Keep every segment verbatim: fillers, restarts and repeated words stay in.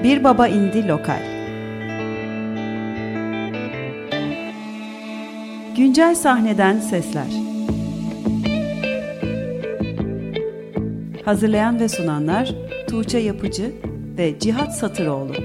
Bir Baba indi lokal. Güncel sahneden sesler. Hazırlayan ve sunanlar Tuğçe Yapıcı ve Cihat Satıroğlu.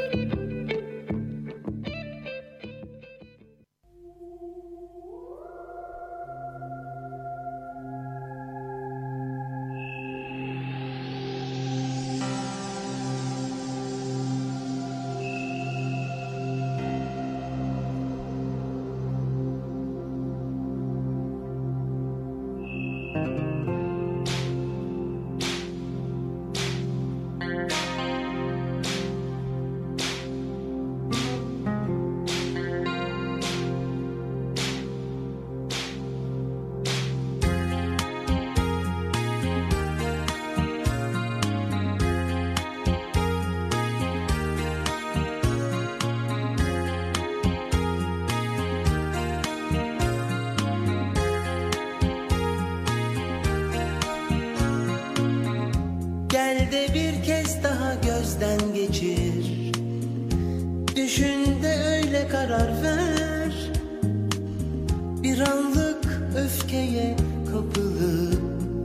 Gözden geçir, düşün de öyle karar ver. Bir anlık öfkeye kapılıp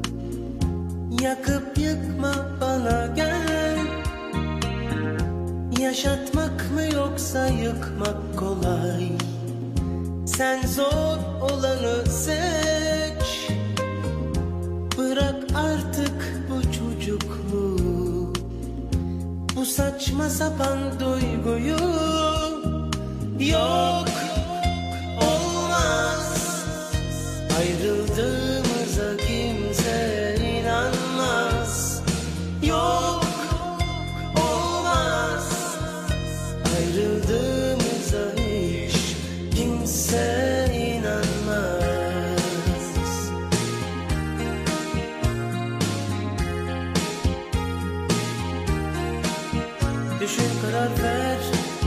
yakıp yıkma, bana gel. Yaşatmak mı yoksa yıkmak kolay, sen zor olanı seç. Bırak artık bu çocukluğu, bu saçma sapan duyguyu. Yok, olmaz, ayrıldığımıza kimse inanmaz. Yok, olmaz, ayrıldığımıza hiç kimse inanmaz. Düşün, karar ver.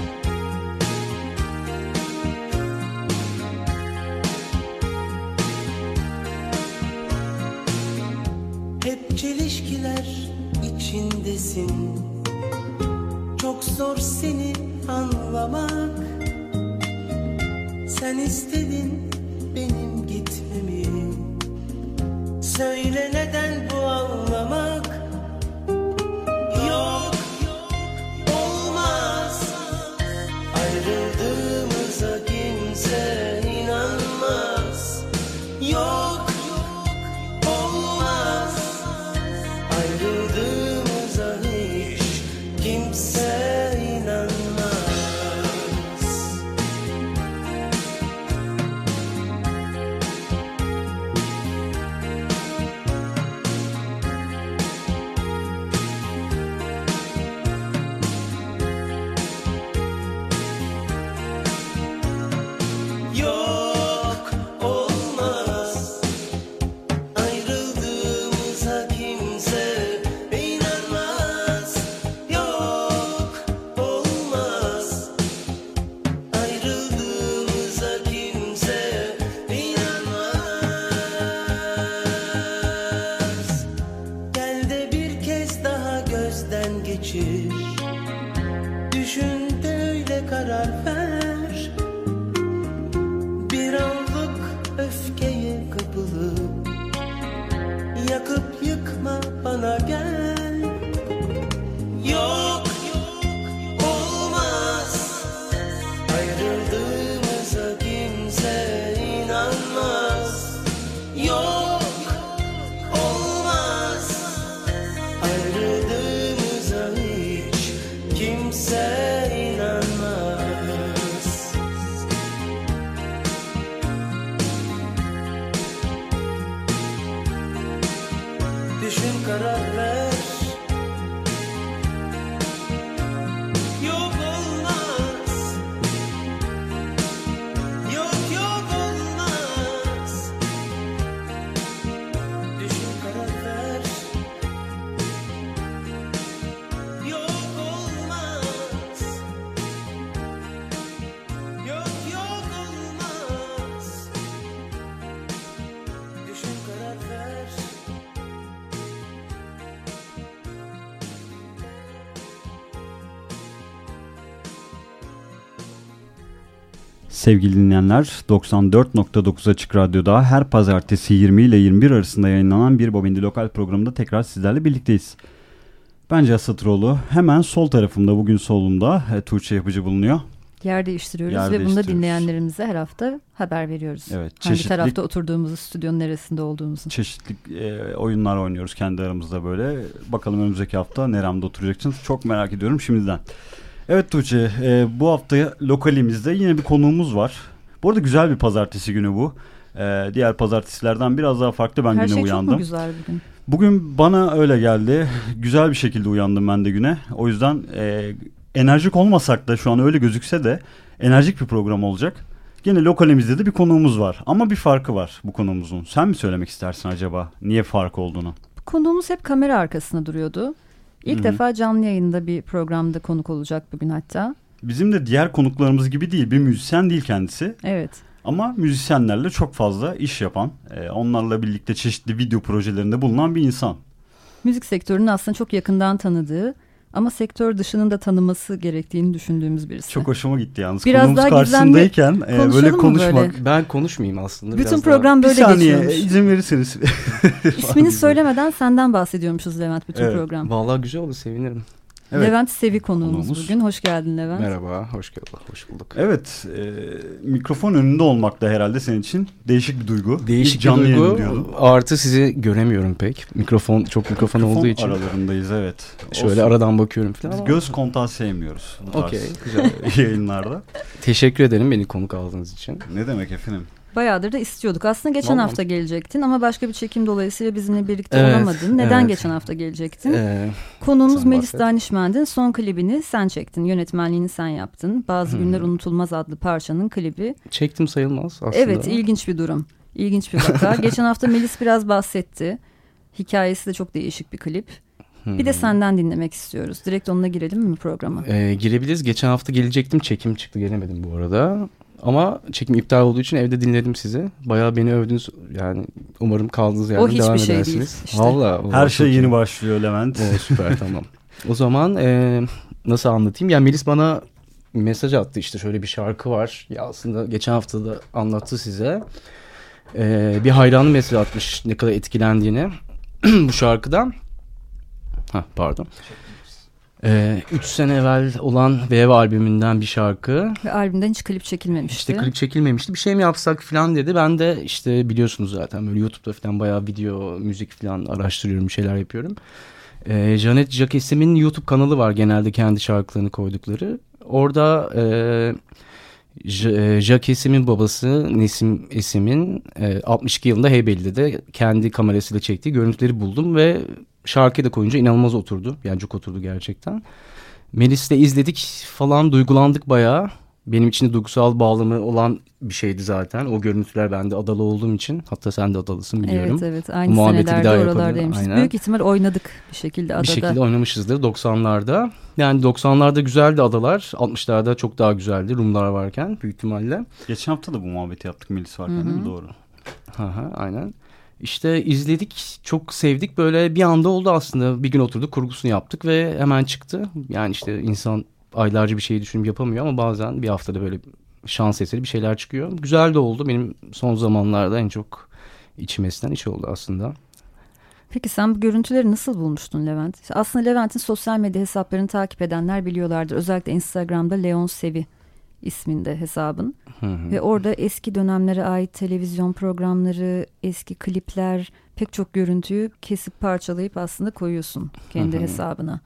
Hep çelişkiler içindesin, çok zor seni anlamak. Sen istedin benim gitmemi, söyle neden bu ağlamak? Yok, ayrıldığımıza kimse inanmaz. Yok, olmaz, ayrıldığımıza hiç kimse inanmaz. Geçir, düşün de öyle karar ver. Bir anlık öfkeye kapılıp yakıp yıkma, bana gel. Yok, olmaz, ayrıldığımıza kimse inanmaz. Yok, olmaz, ayrıldığımıza hiç kimse inanmaz. Düşün, karar ver. Yok, olmaz. Yok, yok, olmaz. Düşün, karar ver. Yok, olmaz. Yok, yok, olmaz. Düşün, karar ver. Sevgili dinleyenler, doksan dört nokta dokuz Açık Radyo'da her pazartesi yirmi ile yirmi bir arasında yayınlanan bir Bobindi Lokal programında tekrar sizlerle birlikteyiz. Ben Cihat Satıroğlu. Hemen sol tarafımda, bugün solumda e, Tuğçe Yapıcı bulunuyor. Yer değiştiriyoruz Yer ve değiştiriyoruz. Bunu da dinleyenlerimize her hafta haber veriyoruz. Evet, hangi çeşitli, tarafta oturduğumuzu, stüdyonun neresinde olduğumuzu. Çeşitli e, oyunlar oynuyoruz kendi aramızda böyle. Bakalım önümüzdeki hafta neremde oturacaksınız? Çok merak ediyorum şimdiden. Evet Tuğçe, e, bu hafta lokalimizde yine bir konuğumuz var. Bu arada güzel bir pazartesi günü bu. E, diğer pazartesilerden biraz daha farklı ben Her güne şey uyandım. çok mu güzel bugün? Bugün bana öyle geldi. Güzel bir şekilde uyandım ben de güne. O yüzden e, enerjik olmasak da, şu an öyle gözükse de enerjik bir program olacak. Yine lokalimizde de bir konuğumuz var. Ama bir farkı var bu konuğumuzun. Sen mi söylemek istersin acaba niye fark olduğunu? Konuğumuz hep kamera arkasında duruyordu. İlk Hı-hı. defa canlı yayında bir programda konuk olacak bugün hatta. Bizim de diğer konuklarımız gibi değil. Bir müzisyen değil kendisi. Evet. Ama müzisyenlerle çok fazla iş yapan, e, onlarla birlikte çeşitli video projelerinde bulunan bir insan. Müzik sektörünün aslında çok yakından tanıdığı ama sektör dışının da tanıması gerektiğini düşündüğümüz birisi. Çok hoşuma gitti yalnız. Biraz Konuğumuz daha karşısındayken e, böyle konuşalım mı konuşmak. böyle? Ben konuşmayayım aslında. Bütün biraz program Bir böyle saniye geçiyormuş. izin verirseniz. İsmini söylemeden senden bahsediyormuşuz Levent bütün Evet. program. daha... Vallahi güzel oldu, sevinirim. Evet. Levent Sevi konuğumuz, Konuğumuz. bugün. Hoş geldin Levent. Merhaba, hoş geldin, hoş bulduk. Evet, e, mikrofon önünde olmak da herhalde senin için değişik bir duygu. Değişik İlk bir canlı yayın duygu. diyordun. Artı sizi göremiyorum pek. Mikrofon, çok mikrofon, Mikrofon olduğu için. aralarındayız, evet. Şöyle Olsun. aradan bakıyorum falan. Biz ama- göz kontağı sevmiyoruz bu tarz Okey, güzel. yayınlarda. Teşekkür ederim beni konuk aldığınız için. Ne demek efendim? Bayağıdır da istiyorduk. Aslında geçen Vallahi. hafta gelecektin ama başka bir çekim dolayısıyla bizimle birlikte Evet, olamadın. Neden evet. geçen hafta gelecektin? Ee, Konuğumuz sen Melis bahset. Danişmend'in son klibini sen çektin. Yönetmenliğini sen yaptın. Bazı Hmm. Günler Unutulmaz adlı parçanın klibi. çektim sayılmaz aslında. Evet, ilginç bir durum. İlginç bir vaka. Geçen hafta Melis biraz bahsetti. Hikayesi de çok değişik bir klip. Bir de Hmm. senden dinlemek istiyoruz. Direkt onunla girelim mi programa? Ee, girebiliriz. Geçen hafta gelecektim. Çekim çıktı. Gelemedim bu arada. Ama çekim iptal olduğu için evde dinledim sizi. Bayağı beni övdünüz. Yani umarım kaldığınız yerden O hiçbir devam şey edersiniz. değil işte. Vallahi, vallahi Her şey çok yeni iyi. başlıyor Levent. Oo, süper tamam. O zaman e, nasıl anlatayım? Yani Melis bana mesaj attı, işte şöyle bir şarkı var. Ya aslında geçen hafta da anlattı size. E, bir hayranı mesaj atmış ne kadar etkilendiğini bu şarkıdan. Ha pardon. E, üç sene evvel olan V V albümünden bir şarkı. Ve albümden hiç klip çekilmemişti. İşte klip çekilmemişti. Bir şey mi yapsak falan dedi. Ben de işte biliyorsunuz zaten böyle YouTube'da falan bayağı video, müzik falan araştırıyorum, bir şeyler yapıyorum. Ee, Janet Jacquessim'in YouTube kanalı var, genelde kendi şarkılarını koydukları. Orada e, J- Jacquessim'in babası Nesim Esim'in e, altmış iki yılında Heybeli'de kendi kamerasıyla çektiği görüntüleri buldum ve şarkıyı da koyunca inanılmaz oturdu. Yani çok oturdu gerçekten. Melis'le izledik falan, duygulandık bayağı. Benim için de duygusal bağlamı olan bir şeydi zaten. O görüntüler, bende adalı olduğum için. Hatta sen de adalısın biliyorum. Evet evet, aynı Muhabbeti bir senelerde daha yapalım. oralardaymışız. Aynen. Büyük ihtimal oynadık bir şekilde adada. Bir şekilde oynamışızdır doksanlarda. Yani doksanlarda güzeldi adalar. altmışlarda çok daha güzeldi Rumlar varken büyük ihtimalle. Geçen hafta da bu muhabbeti yaptık Melis varken, değil mi? Doğru. Aha, aynen. İşte izledik, çok sevdik. Böyle bir anda oldu aslında. Bir gün oturduk, kurgusunu yaptık ve hemen çıktı. Yani işte insan aylarca bir şeyi düşünüp yapamıyor ama bazen bir haftada böyle şans eseri bir şeyler çıkıyor. Güzel de oldu. Benim son zamanlarda en çok içime esinen iş oldu aslında. Peki sen bu görüntüleri nasıl bulmuştun Levent? İşte aslında Levent'in sosyal medya hesaplarını takip edenler biliyorlardır. Özellikle Instagram'da Leon Sevi isminde hesabın. Hı hı. Ve orada eski dönemlere ait televizyon programları, eski klipler, pek çok görüntüyü kesip parçalayıp aslında koyuyorsun kendi Hı hı. hesabına.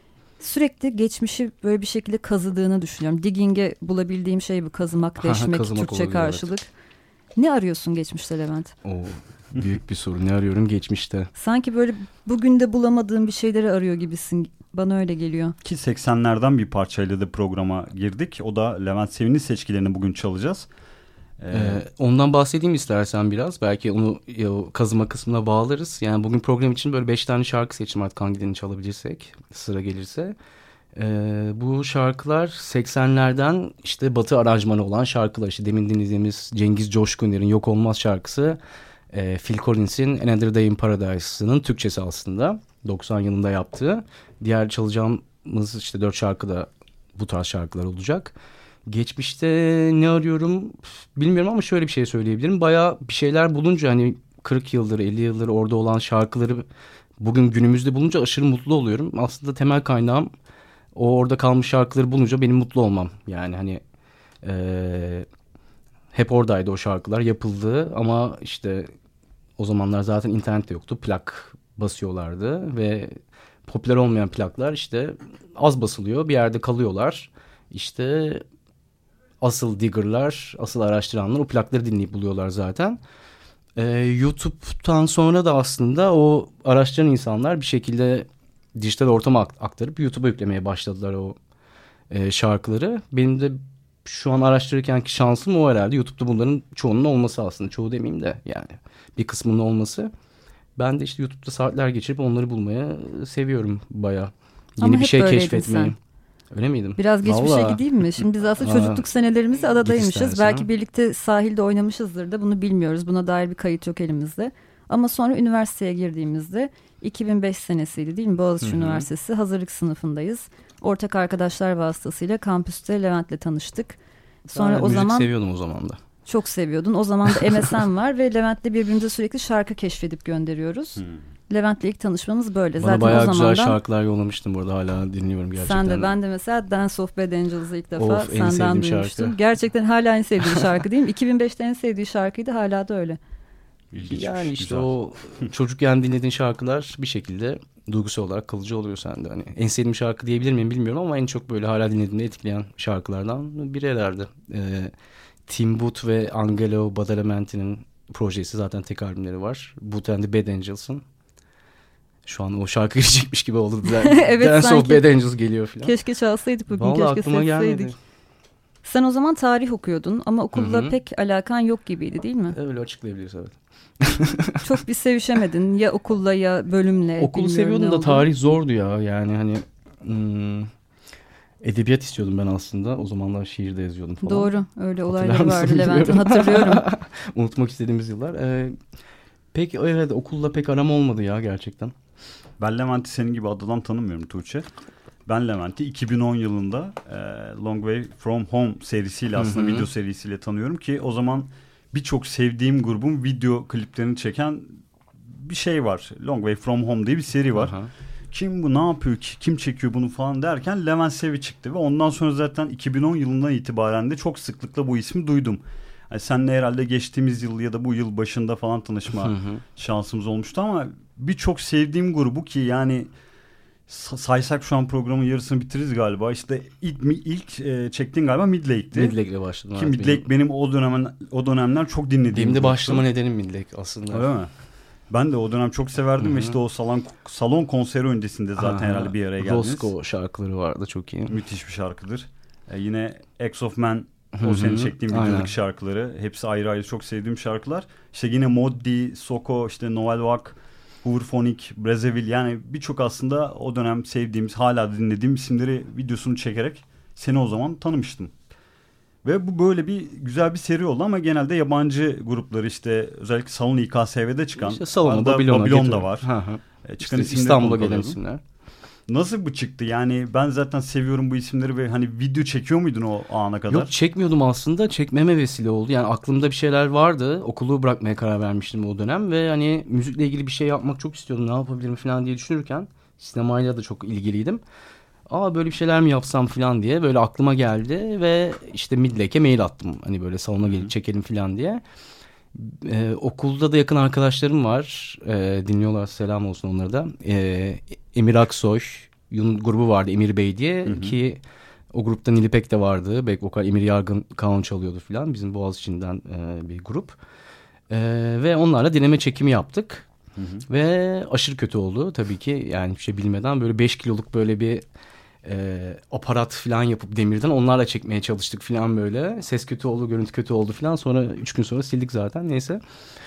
Sürekli geçmişi böyle bir şekilde kazıdığını düşünüyorum. Digging'e bulabildiğim şey bu, kazımak, Hı hı, deşmek, kazımak Türkçe olabilir, karşılık. Ne arıyorsun geçmişte Levent? O büyük bir soru. Ne arıyorum geçmişte? Sanki böyle bugün de bulamadığın bir şeyleri arıyor gibisin. Bana öyle geliyor. Ki seksenlerden bir parçayla da programa girdik. O da Levent Sevin'in seçkilerini bugün çalacağız. Ee, Ee, ondan bahsedeyim istersen biraz. Belki onu ya, o kazıma kısmına bağlarız. Yani bugün program için böyle beş tane şarkı seçtim artık, hangilerini çalabilirsek, sıra gelirse. Ee, bu şarkılar seksenlerden işte batı aranjmanı olan şarkılar. İşte demin dinlediğimiz Cengiz Coşkuner'in Yok Olmaz şarkısı. E, Phil Collins'in Another Day in Paradise'ının Türkçesi aslında. doksan yılında yaptığı. Diğer çalacağımız işte dört şarkı da bu tarz şarkılar olacak. Geçmişte ne arıyorum bilmiyorum ama şöyle bir şey söyleyebilirim. Bayağı bir şeyler bulunca hani kırk yıldır elli yıldır orada olan şarkıları bugün günümüzde bulunca aşırı mutlu oluyorum. Aslında temel kaynağım o orada kalmış şarkıları bulunca benim mutlu olmam. Yani hani e, hep oradaydı o şarkılar yapıldı ama işte o zamanlar zaten internet de yoktu. Plak basıyorlardı ve popüler olmayan plaklar işte az basılıyor. Bir yerde kalıyorlar. İşte asıl digger'lar, asıl araştıranlar o plakları dinleyip buluyorlar zaten. Ee, YouTube'dan sonra da aslında o araştıran insanlar bir şekilde dijital ortama aktarıp YouTube'a yüklemeye başladılar o e, şarkıları. Benim de şu an araştırırkenki şansım o herhalde. YouTube'da bunların çoğunun olması aslında. Çoğu demeyeyim de yani bir kısmının olması. Ben de işte YouTube'da saatler geçirip onları bulmaya seviyorum bayağı. Yeni Ama bir hep şey böyleydin keşfetmeyi. sen. Öyle miydim? Biraz geçmişe Vallahi. gideyim mi? Şimdi biz aslında Aa, çocukluk senelerimizi adadaymışız. istersen. Belki birlikte sahilde oynamışızdır da bunu bilmiyoruz. Buna dair bir kayıt yok elimizde. Ama sonra üniversiteye girdiğimizde iki bin beş senesiydi değil mi? Boğaziçi Hı hı. Üniversitesi hazırlık sınıfındayız. Ortak arkadaşlar vasıtasıyla kampüste Levent'le tanıştık. Sonra Ben o müzik zaman seviyordum o zaman da. çok seviyordun. O zaman da M S N var ve Levent'le birbirimize sürekli şarkı keşfedip gönderiyoruz. Hmm. Levent'le ilk tanışmamız böyle. Bana Zaten bayağı o güzel zamandan şarkılar yollamıştın burada, hala dinliyorum gerçekten. sen de, ben de mesela Dance of Bad Angels'ı ilk defa Of, en senden sevdiğim duymuştum. şarkı. Gerçekten hala en sevdiğim şarkı değil mi? iki bin beşte en sevdiği şarkıydı, hala da öyle. İlginçmiş, Yani işte güzel. o çocukken dinlediğin şarkılar bir şekilde duygusal olarak kalıcı oluyor sende. Hani en sevdiğim şarkı diyebilir miyim bilmiyorum ama en çok böyle hala dinlediğimde etkileyen şarkılardan biri herhalde. Ee, Tim Booth ve Angelo Badalamenti'nin projesi, zaten tek albümleri var. Booth and the Bad Angels'ın. Şu an o şarkı girecekmiş gibi oldu. Evet, Dance sanki. of Bad Angels geliyor falan. Keşke çalsaydık bugün, Vallahi keşke aklıma seçseydik. gelmedi. Sen o zaman tarih okuyordun ama okulla Hı hı. pek alakan yok gibiydi değil mi? Öyle açıklayabiliriz, evet. Çok bir sevişemedin ya okulla ya bölümle. Okulu bilmiyorum seviyordum ne da oldu. tarih zordu ya. Yani hani hmm, edebiyat istiyordum ben aslında. O zamanlar şiir de yazıyordum falan. Doğru, öyle Hatırlar olayları mısın vardı Levent'in, bilmiyorum. hatırlıyorum. Unutmak istediğimiz yıllar. Ee, pek evet, okulla pek aram olmadı ya gerçekten. Ben Levent'i senin gibi adadan tanımıyorum Tuğçe. Ben Levent'i iki bin on yılında e, Long Way From Home serisiyle, aslında Hı hı. video serisiyle tanıyorum ki o zaman birçok sevdiğim grubun video kliplerini çeken bir şey var. Long Way From Home diye bir seri var. Aha. Kim bu, ne yapıyor ki, kim çekiyor bunu falan derken Levent Sevi çıktı ve ondan sonra zaten iki bin on yılından itibaren de çok sıklıkla bu ismi duydum. Yani seninle herhalde geçtiğimiz yıl ya da bu yıl başında falan tanışma Hı hı. şansımız olmuştu ama birçok sevdiğim grubu ki yani saysak şu an programın yarısını bitiririz galiba. İşte ilk, ilk e, çektiğin galiba Midlake'ti. Midlake'le başladım. Ki evet, Midlake benim, benim o dönem o dönemler çok dinlediğim. benim de gruptu. başlama nedenim Midlake aslında. Öyle mi? Ben de o dönem çok severdim Hı hı. ve işte o salon salon konseri öncesinde zaten Aha. herhalde bir araya geldiniz. Roscoe şarkıları vardı, çok iyi. Müthiş bir şarkıdır. E, yine X of Man, Hı o hı. senin çektiğin Aynen. videodaki şarkıları. Hepsi ayrı ayrı çok sevdiğim şarkılar. İşte yine Moddi, Soko, işte Noel Wack, Hooverphonic, Brazzaville, yani birçok aslında o dönem sevdiğimiz, hala dinlediğim isimleri videosunu çekerek seni o zaman tanımıştım. Ve bu böyle bir güzel bir seri oldu ama genelde yabancı grupları, işte özellikle Salon İ K S V'de çıkan. İşte Salon'a, arada Babylon'a Babylon da getiriyor. var. Hı hı. E, çıkan İşte isimleri İstanbul'a konuk gelen alıyordum. isimler. Nasıl bu çıktı? Yani ben zaten seviyorum bu isimleri ve hani video çekiyor muydun o ana kadar? Yok, çekmiyordum aslında. Çekmeme vesile oldu. Yani aklımda bir şeyler vardı. Okulu bırakmaya karar vermiştim o dönem. Ve hani müzikle ilgili bir şey yapmak çok istiyordum. Ne yapabilirim falan diye düşünürken sinemayla da çok ilgiliydim. Aa, böyle bir şeyler mi yapsam falan diye böyle aklıma geldi. Ve işte Midlake'e mail attım. Hani böyle salona gelip çekelim falan diye. Ee, okulda da yakın arkadaşlarım var. Ee, dinliyorlar, selam olsun onlara da. Ee, Emir Aksoy grubu vardı, Emir Bey diye. Hı hı. Ki o grupta Nilipek de vardı. Back vokal Emir Yargın Kaon çalıyordu falan. Bizim Boğaziçi'nden e, bir grup. E, ve onlarla deneme çekimi yaptık. Hı hı. Ve aşırı kötü oldu tabii ki. Yani bir şey bilmeden böyle beş kiloluk böyle bir e, aparat falan yapıp demirden onlarla çekmeye çalıştık falan böyle. Ses kötü oldu, görüntü kötü oldu falan. Sonra üç gün sonra sildik zaten, neyse.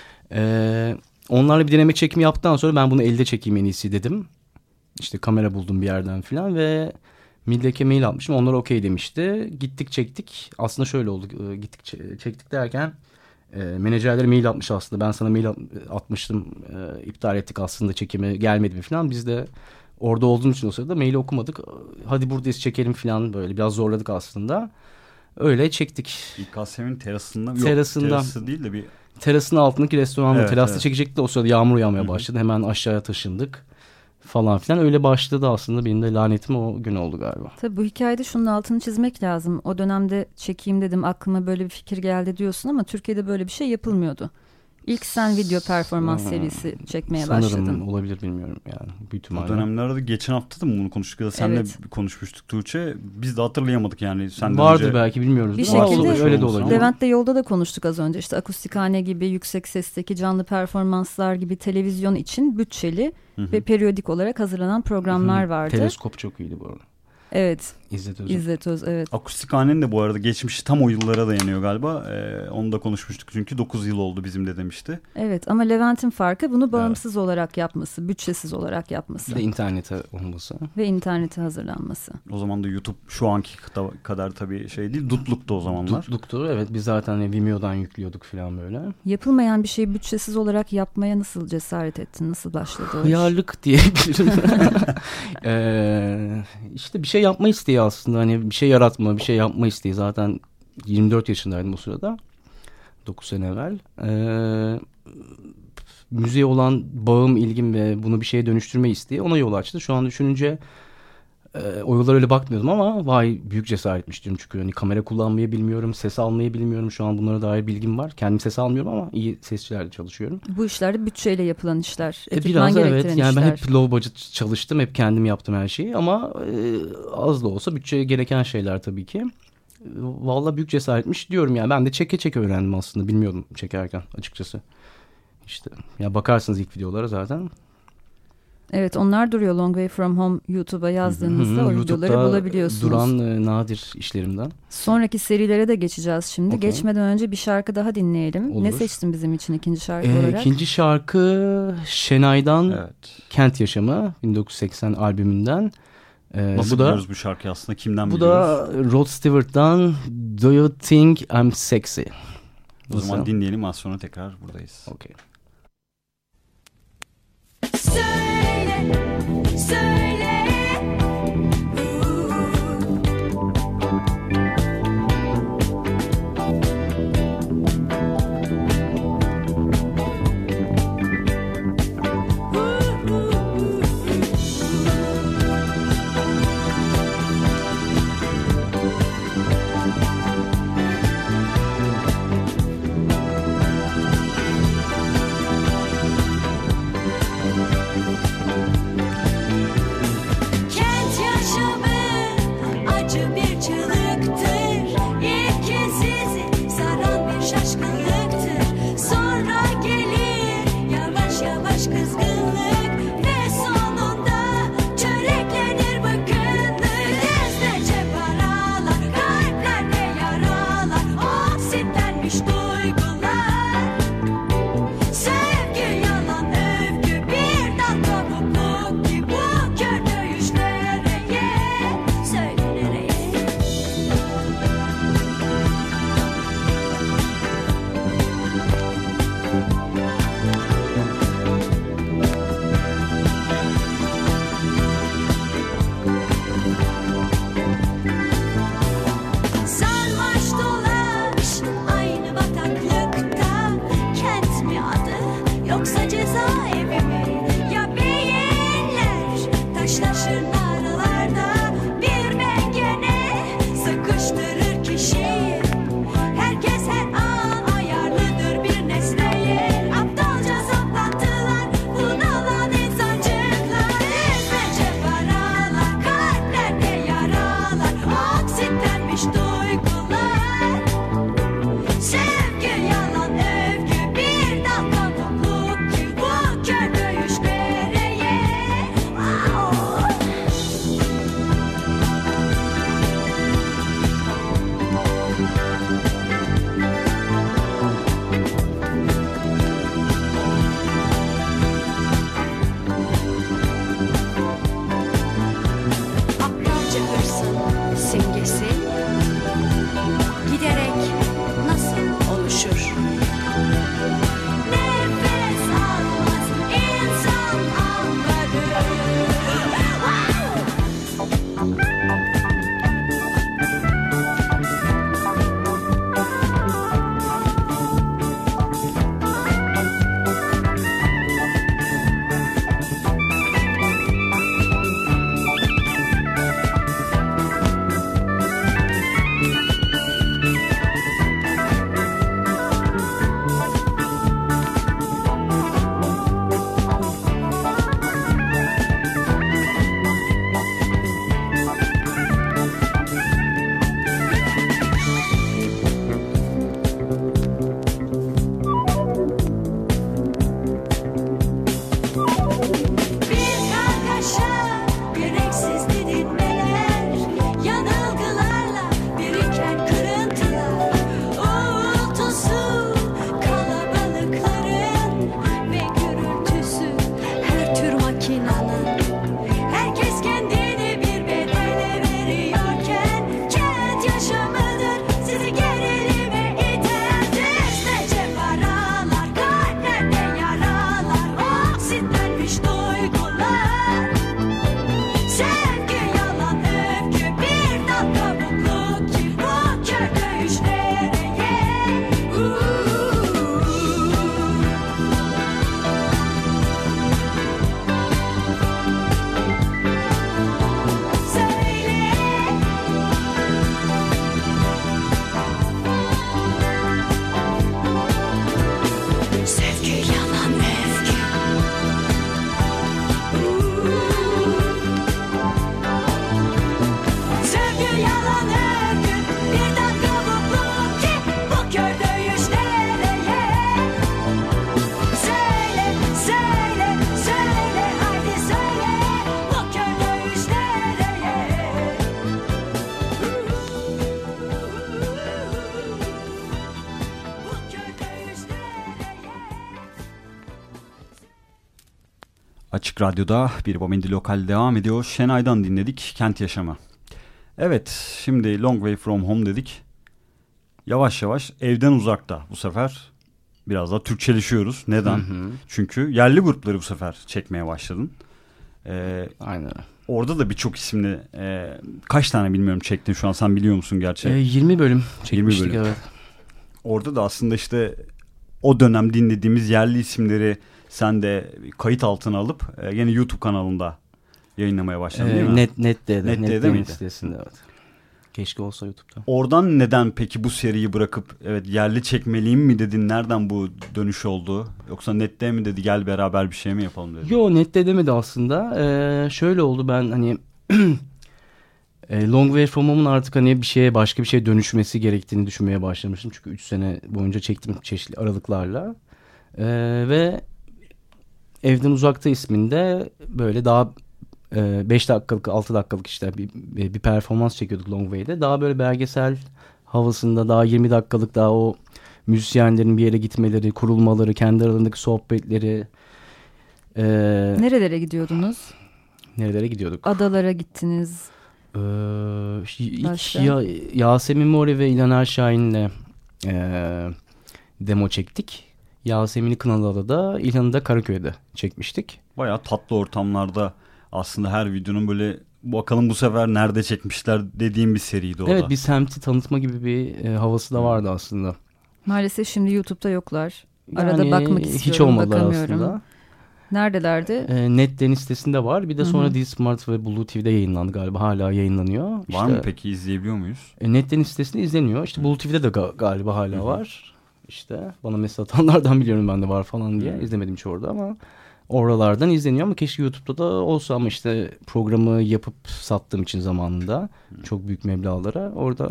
E, onlarla bir deneme çekimi yaptıktan sonra ben bunu elde çekeyim en iyisi dedim. İşte kamera buldum bir yerden falan ve Midlake'e mail atmışım. Onlar okey demişti. Gittik çektik. Aslında şöyle oldu. Gittik çektik derken e, menajerlere mail atmış aslında. Ben sana mail at, atmıştım. E, iptal ettik aslında çekimi, gelmedi mi falan. Biz de orada olduğumuz için o sırada maili okumadık. Hadi buradayız, çekelim falan, böyle biraz zorladık aslında. Öyle çektik. İ K S M'nin terasında. Terasında. Yok, terası değil de bir... Terasın altındaki restoranda Evet, terasta evet. çekecektik de o sırada yağmur yağmaya Hı hı. başladı. Hemen aşağıya taşındık falan filan. Öyle başladı aslında. Benim de lanetim o gün oldu galiba. Tabii bu hikayede şunun altını çizmek lazım. O dönemde çekeyim dedim, aklıma böyle bir fikir geldi diyorsun ama Türkiye'de böyle bir şey yapılmıyordu. İlk sen video performans Hmm. serisi çekmeye Sanırım başladın. olabilir, bilmiyorum yani. Büyük O ihtimalle. dönemlerde geçen hafta da mı bunu konuştuk ya da senle Evet. konuşmuştuk Tuğçe. Biz de hatırlayamadık yani. Senden Vardır önce... belki, bilmiyoruz. Bir Ama şekilde olur, öyle de olabilir. Levent'le yolda da konuştuk az önce. İşte akustikhane gibi yüksek sesteki canlı performanslar gibi televizyon için bütçeli Hı hı. ve periyodik olarak hazırlanan programlar Hı hı. vardı. Teleskop çok iyiydi bu arada. Evet. İzzet Özil. İzzet Öz, evet. Akustikhanenin de bu arada geçmişi tam o yıllara dayanıyor galiba. Ee, onu da konuşmuştuk çünkü dokuz yıl oldu bizim de demişti. Evet ama Levent'in farkı bunu bağımsız olarak yapması, bütçesiz olarak yapması Bir de internete olması. ve internete hazırlanması. O zaman da YouTube şu anki kata- kadar tabii şey değil. Dutluktu o zamanlar. Dutluktu. Evet, biz zaten Vimeo'dan yüklüyorduk falan böyle. Yapılmayan bir şeyi bütçesiz olarak yapmaya nasıl cesaret ettin? Nasıl başladı o iş? Hıyarlık diyebilirim. ee, işte bir şey yapma isteği aslında. Hani bir şey yaratma, bir şey yapma isteği. Zaten yirmi dört yaşındaydım o sırada. dokuz sene evvel. Ee, müziğe olan bağım, ilgim ve bunu bir şeye dönüştürme isteği ona yol açtı. Şu an düşününce e, o yıllar öyle bakmıyordum ama vay büyük cesaretmiş diyorum. Çünkü hani kamera kullanmayı bilmiyorum, ses almayı bilmiyorum. Şu an bunlara dair bilgim var. Kendim ses almıyorum ama iyi sesçilerle çalışıyorum. Bu işler bütçeyle yapılan işler. E, Ekipman biraz evet. gerektiren Yani ben işler. hep low budget çalıştım. Hep kendim yaptım her şeyi. Ama e, az da olsa bütçeye gereken şeyler tabii ki. E, Vallahi büyük cesaretmiş diyorum yani. Ben de çeke çeke öğrendim aslında. Bilmiyordum çekerken açıkçası. İşte ya bakarsınız ilk videolara zaten. Evet, onlar duruyor. Long Way From Home YouTube'a yazdığınızda Hı hı, o videoları YouTube'da bulabiliyorsunuz. duran e, nadir işlerimden. Sonraki serilere de geçeceğiz şimdi. Okey. Geçmeden önce bir şarkı daha dinleyelim. Olur. Ne seçtin bizim için ikinci şarkı E, olarak? ikinci şarkı Şenay'dan Evet. Kent Yaşamı bin dokuz yüz seksen albümünden. E, Nasıl bu da biliyoruz bu şarkıyı aslında? Kimden bu biliyoruz? da Rod Stewart'dan Do You Think I'm Sexy? O zaman Nasıl? dinleyelim, az sonra tekrar buradayız. Okey. Söyle, söyle. Kent yaşamı acı bir çığlıktır. İlk kez sizi saran bir şaşkınlıktır. Sonra gelir yavaş yavaş kızgınlık ve sonunda çöreklenir bıkkınlık. Dizlerce paralar, kalplerde yaralar, oksitlenmiş duygular. Sevgi yalan övgü bir dal kabukluk ki bu kör dövüş nereye, söyle nereye? Sarmaş dolaş aynı bataklıkta. Kent mi adı yoksa cezaevi mi? Ya beyinler taşlaşır aralarda. Bir mengene sıkıştırır kişiyi. Herkes her an ayarlıdır bir nesneye. Aptalca saplantılar, bunalan insancıklar. Ezberce paralar, kalplerde yaralar, oksitlenmiş duygular. Sevgi yalan övgü bir dal kabukluk ki bu kör dövüş Açık Radyo'da Bir Bomindi Lokal devam ediyor. Şenay'dan dinledik Kent Yaşamı. Evet, şimdi Long Way From Home dedik. Yavaş yavaş evden uzakta bu sefer biraz daha Türkçeleşiyoruz. Neden? Hı hı. Çünkü yerli grupları bu sefer çekmeye başladın. Ee, Aynen. orada da birçok isimli e, kaç tane bilmiyorum çektin şu an, sen biliyor musun gerçi? Ee, yirmi bölüm çekmiştik bölüm. evet. Orada da aslında işte o dönem dinlediğimiz yerli isimleri sen de kayıt altına alıp e, yine YouTube kanalında yayınlamaya başladın Ee, değil mi? Net Net'te Net'te Net'te miydi? sitesinde evet. Keşke olsa YouTube'da. Oradan neden peki bu seriyi bırakıp evet yerli çekmeliyim mi dedin? Nereden bu dönüş oldu? Yoksa Net'te mi dedi gel beraber bir şey mi yapalım dedi? Yo, Net'te demedi aslında. Ee, şöyle oldu, ben hani e, Long Way From Home'un artık hani bir şeye, başka bir şeye dönüşmesi gerektiğini düşünmeye başlamıştım. Çünkü üç sene boyunca çektim çeşitli aralıklarla. Ee, ve Evden Uzakta isminde böyle daha beş dakikalık altı dakikalık işte bir, bir performans çekiyorduk Long Way'de. Daha böyle belgesel havasında, daha yirmi dakikalık, daha o müzisyenlerin bir yere gitmeleri, kurulmaları, kendi aralarındaki sohbetleri. Ee, Nerelere gidiyordunuz? Nerelere gidiyorduk? Adalara gittiniz. Ee, ilk Başka? ya, Yasemin Mori ve İlhan Şahin'le e, demo çektik. Yasemin'i Kınalıada, İlhan'ı da Karaköy'de çekmiştik. Bayağı tatlı ortamlarda aslında her videonun böyle bakalım bu sefer nerede çekmişler dediğim bir seriydi o Evet, da. bir semti tanıtma gibi bir e, havası da vardı aslında. Maalesef şimdi YouTube'da yoklar. Arada Yani bakmak istiyorum, hiç olmadılar bakamıyorum. aslında. Neredelerdi? E, Net'ten sitesinde var. Bir de Hı hı. sonra D-Smart ve Blue T V'de yayınlandı galiba. Hala yayınlanıyor. Var İşte, mı peki, izleyebiliyor muyuz? E, Net'ten sitesinde izleniyor. İşte Blue T V'de de ga- galiba hala Hı hı. var. İşte bana mesaj atanlardan biliyorum ben de var falan diye. Hı. İzlemedim hiç orada ama oralardan izleniyor, ama keşke YouTube'da da olsa, ama işte programı yapıp sattığım için zamanında çok büyük meblağlara orada